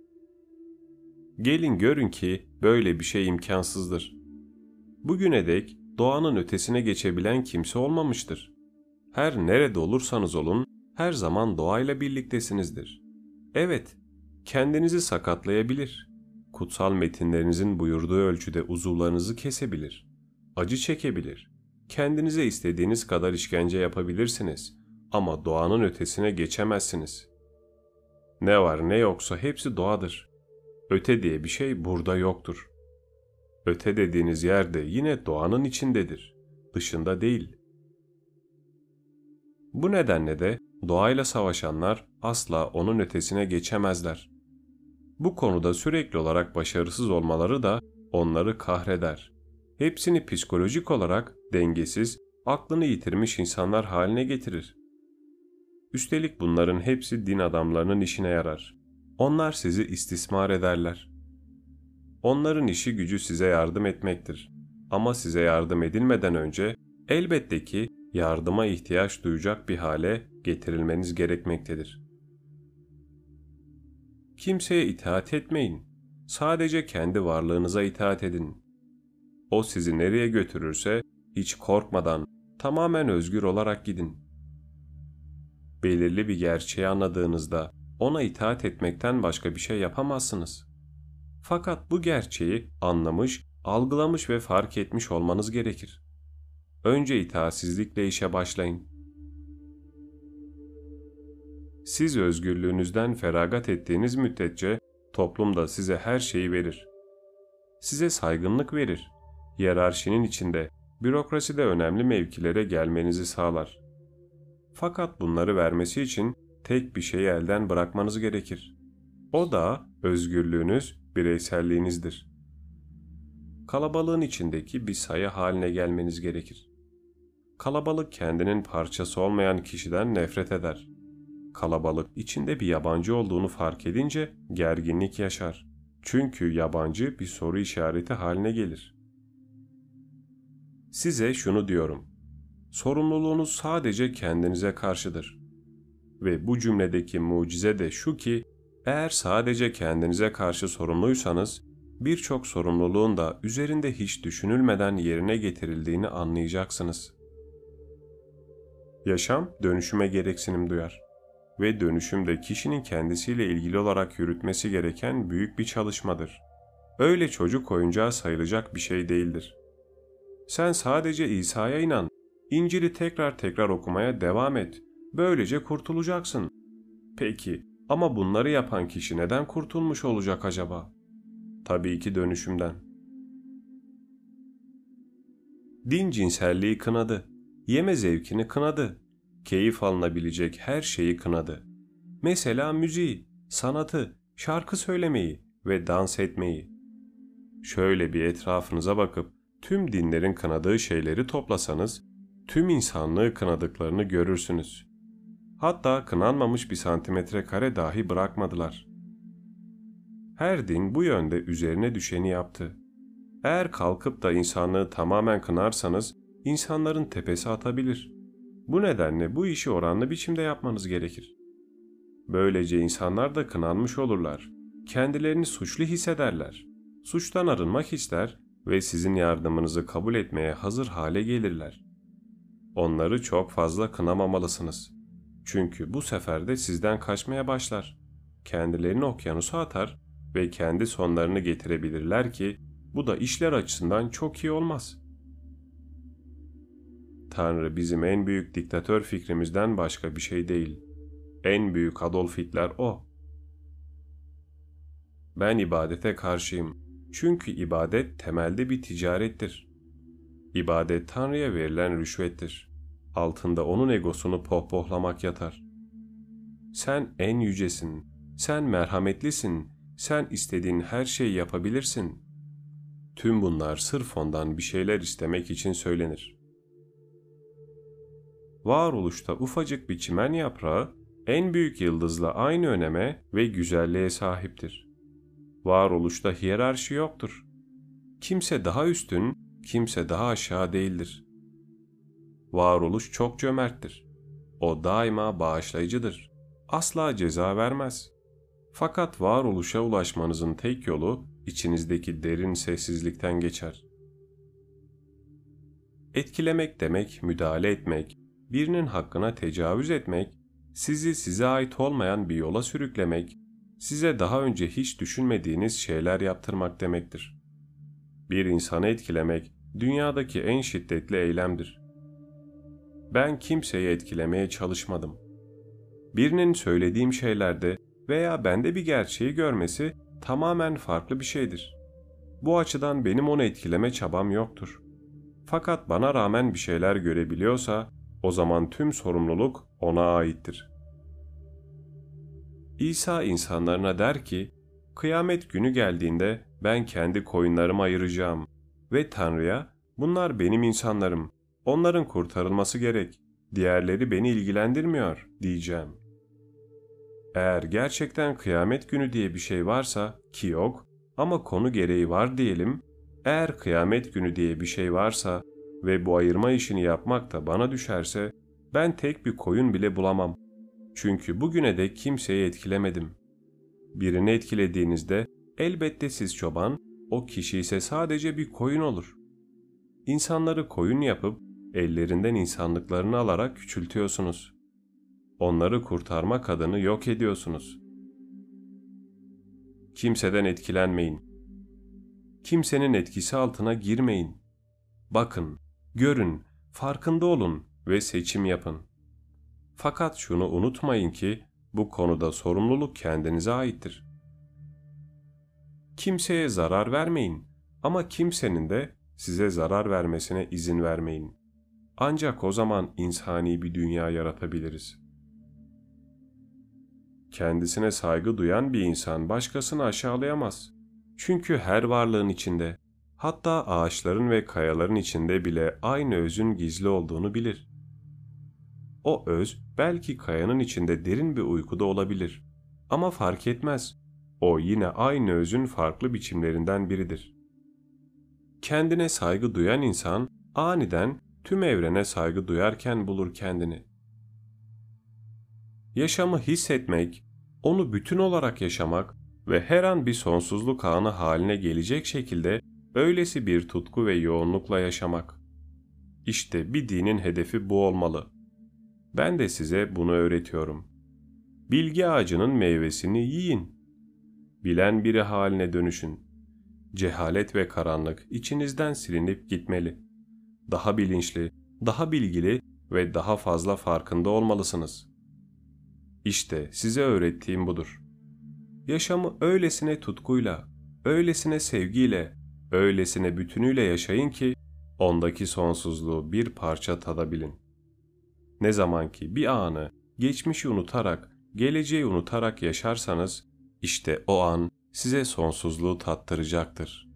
Gelin görün ki böyle bir şey imkansızdır. Bugüne dek doğanın ötesine geçebilen kimse olmamıştır. Her nerede olursanız olun, her zaman doğayla birliktesinizdir. Evet, kendinizi sakatlayabilir. Kutsal metinlerinizin buyurduğu ölçüde uzuvlarınızı kesebilir. Acı çekebilir. Kendinize istediğiniz kadar işkence yapabilirsiniz. Ama doğanın ötesine geçemezsiniz. Ne var ne yoksa hepsi doğadır. Öte diye bir şey burada yoktur. Öte dediğiniz yerde yine doğanın içindedir, dışında değil. Bu nedenle de doğayla savaşanlar asla onun ötesine geçemezler. Bu konuda sürekli olarak başarısız olmaları da onları kahreder. Hepsini psikolojik olarak dengesiz, aklını yitirmiş insanlar haline getirir. Üstelik bunların hepsi din adamlarının işine yarar. Onlar sizi istismar ederler. Onların işi gücü size yardım etmektir. Ama size yardım edilmeden önce elbette ki yardıma ihtiyaç duyacak bir hale getirilmeniz gerekmektedir. Kimseye itaat etmeyin. Sadece kendi varlığınıza itaat edin. O sizi nereye götürürse hiç korkmadan, tamamen özgür olarak gidin. Belirli bir gerçeği anladığınızda ona itaat etmekten başka bir şey yapamazsınız. Fakat bu gerçeği anlamış, algılamış ve fark etmiş olmanız gerekir. Önce itaatsizlikle işe başlayın. Siz özgürlüğünüzden feragat ettiğiniz müddetçe toplum da size her şeyi verir. Size saygınlık verir. Hiyerarşinin içinde, bürokraside önemli mevkilere gelmenizi sağlar. Fakat bunları vermesi için tek bir şeyi elden bırakmanız gerekir. O da özgürlüğünüz, bireyselliğinizdir. Kalabalığın içindeki bir sayı haline gelmeniz gerekir. Kalabalık kendinin parçası olmayan kişiden nefret eder. Kalabalık içinde bir yabancı olduğunu fark edince gerginlik yaşar. Çünkü yabancı bir soru işareti haline gelir. Size şunu diyorum. Sorumluluğunuz sadece kendinize karşıdır. Ve bu cümledeki mucize de şu ki, eğer sadece kendinize karşı sorumluysanız, birçok sorumluluğun da üzerinde hiç düşünülmeden yerine getirildiğini anlayacaksınız. Yaşam dönüşüme gereksinim duyar. Ve dönüşüm de kişinin kendisiyle ilgili olarak yürütmesi gereken büyük bir çalışmadır. Öyle çocuk oyuncağı sayılacak bir şey değildir. Sen sadece İsa'ya inan, İncil'i tekrar tekrar okumaya devam et. Böylece kurtulacaksın. Peki, ama bunları yapan kişi neden kurtulmuş olacak acaba? Tabii ki dönüşümden. Din cinselliği kınadı. Yeme zevkini kınadı. Keyif alınabilecek her şeyi kınadı. Mesela müziği, sanatı, şarkı söylemeyi ve dans etmeyi. Şöyle bir etrafınıza bakıp tüm dinlerin kınadığı şeyleri toplasanız, tüm insanlığı kınadıklarını görürsünüz. Hatta kınanmamış bir santimetre kare dahi bırakmadılar. Her din bu yönde üzerine düşeni yaptı. Eğer kalkıp da insanlığı tamamen kınarsanız, insanların tepesi atabilir. Bu nedenle bu işi oranlı biçimde yapmanız gerekir. Böylece insanlar da kınanmış olurlar. Kendilerini suçlu hissederler. Suçtan arınmak ister ve sizin yardımınızı kabul etmeye hazır hale gelirler. Onları çok fazla kınamamalısınız. Çünkü bu sefer de sizden kaçmaya başlar. Kendilerini okyanusa atar ve kendi sonlarını getirebilirler ki bu da işler açısından çok iyi olmaz. Tanrı bizim en büyük diktatör fikrimizden başka bir şey değil. En büyük Adolf Hitler o. Ben ibadete karşıyım. Çünkü ibadet temelde bir ticarettir. İbadet Tanrı'ya verilen rüşvettir. Altında onun egosunu pohpohlamak yatar. Sen en yücesin, sen merhametlisin, sen istediğin her şeyi yapabilirsin. Tüm bunlar sırf ondan bir şeyler istemek için söylenir. Varoluşta ufacık bir çimen yaprağı, en büyük yıldızla aynı öneme ve güzelliğe sahiptir. Varoluşta hiyerarşi yoktur. Kimse daha üstün, kimse daha aşağı değildir. Varoluş çok cömerttir. O daima bağışlayıcıdır. Asla ceza vermez. Fakat varoluşa ulaşmanızın tek yolu içinizdeki derin sessizlikten geçer. Etkilemek demek müdahale etmek, birinin hakkına tecavüz etmek, sizi size ait olmayan bir yola sürüklemek, size daha önce hiç düşünmediğiniz şeyler yaptırmak demektir. Bir insanı etkilemek dünyadaki en şiddetli eylemdir. Ben kimseyi etkilemeye çalışmadım. Birinin söylediğim şeylerde veya bende bir gerçeği görmesi tamamen farklı bir şeydir. Bu açıdan benim onu etkileme çabam yoktur. Fakat bana rağmen bir şeyler görebiliyorsa, o zaman tüm sorumluluk ona aittir. İsa insanlarına der ki, kıyamet günü geldiğinde ben kendi koyunlarımı ayıracağım ve Tanrı'ya, bunlar benim insanlarım, onların kurtarılması gerek, diğerleri beni ilgilendirmiyor diyeceğim. Eğer gerçekten kıyamet günü diye bir şey varsa, ki yok ama konu gereği var diyelim, Eğer kıyamet günü diye bir şey varsa ve bu ayırma işini yapmak da bana düşerse, ben tek bir koyun bile bulamam. Çünkü bugüne dek kimseyi etkilemedim. Birini etkilediğinizde elbette siz çoban, o kişi ise sadece bir koyun olur. İnsanları koyun yapıp ellerinden insanlıklarını alarak küçültüyorsunuz. Onları kurtarmak adını yok ediyorsunuz. Kimseden etkilenmeyin. Kimsenin etkisi altına girmeyin. Bakın, görün, farkında olun ve seçim yapın. Fakat şunu unutmayın ki bu konuda sorumluluk kendinize aittir. Kimseye zarar vermeyin ama kimsenin de size zarar vermesine izin vermeyin. Ancak o zaman insani bir dünya yaratabiliriz. Kendisine saygı duyan bir insan başkasını aşağılayamaz. Çünkü her varlığın içinde, hatta ağaçların ve kayaların içinde bile aynı özün gizli olduğunu bilir. O öz belki kayanın içinde derin bir uykuda olabilir. Ama fark etmez. O yine aynı özün farklı biçimlerinden biridir. Kendine saygı duyan insan aniden tüm evrene saygı duyarken bulur kendini. Yaşamı hissetmek, onu bütün olarak yaşamak ve her an bir sonsuzluk anı haline gelecek şekilde öylesi bir tutku ve yoğunlukla yaşamak. İşte bir dinin hedefi bu olmalı. Ben de size bunu öğretiyorum. Bilgi ağacının meyvesini yiyin. Bilen biri haline dönüşün. Cehalet ve karanlık içinizden silinip gitmeli. Daha bilinçli, daha bilgili ve daha fazla farkında olmalısınız. İşte size öğrettiğim budur. Yaşamı öylesine tutkuyla, öylesine sevgiyle, öylesine bütünüyle yaşayın ki ondaki sonsuzluğu bir parça tadabilin. Ne zaman ki bir anı, geçmişi unutarak, geleceği unutarak yaşarsanız, işte o an size sonsuzluğu tattıracaktır.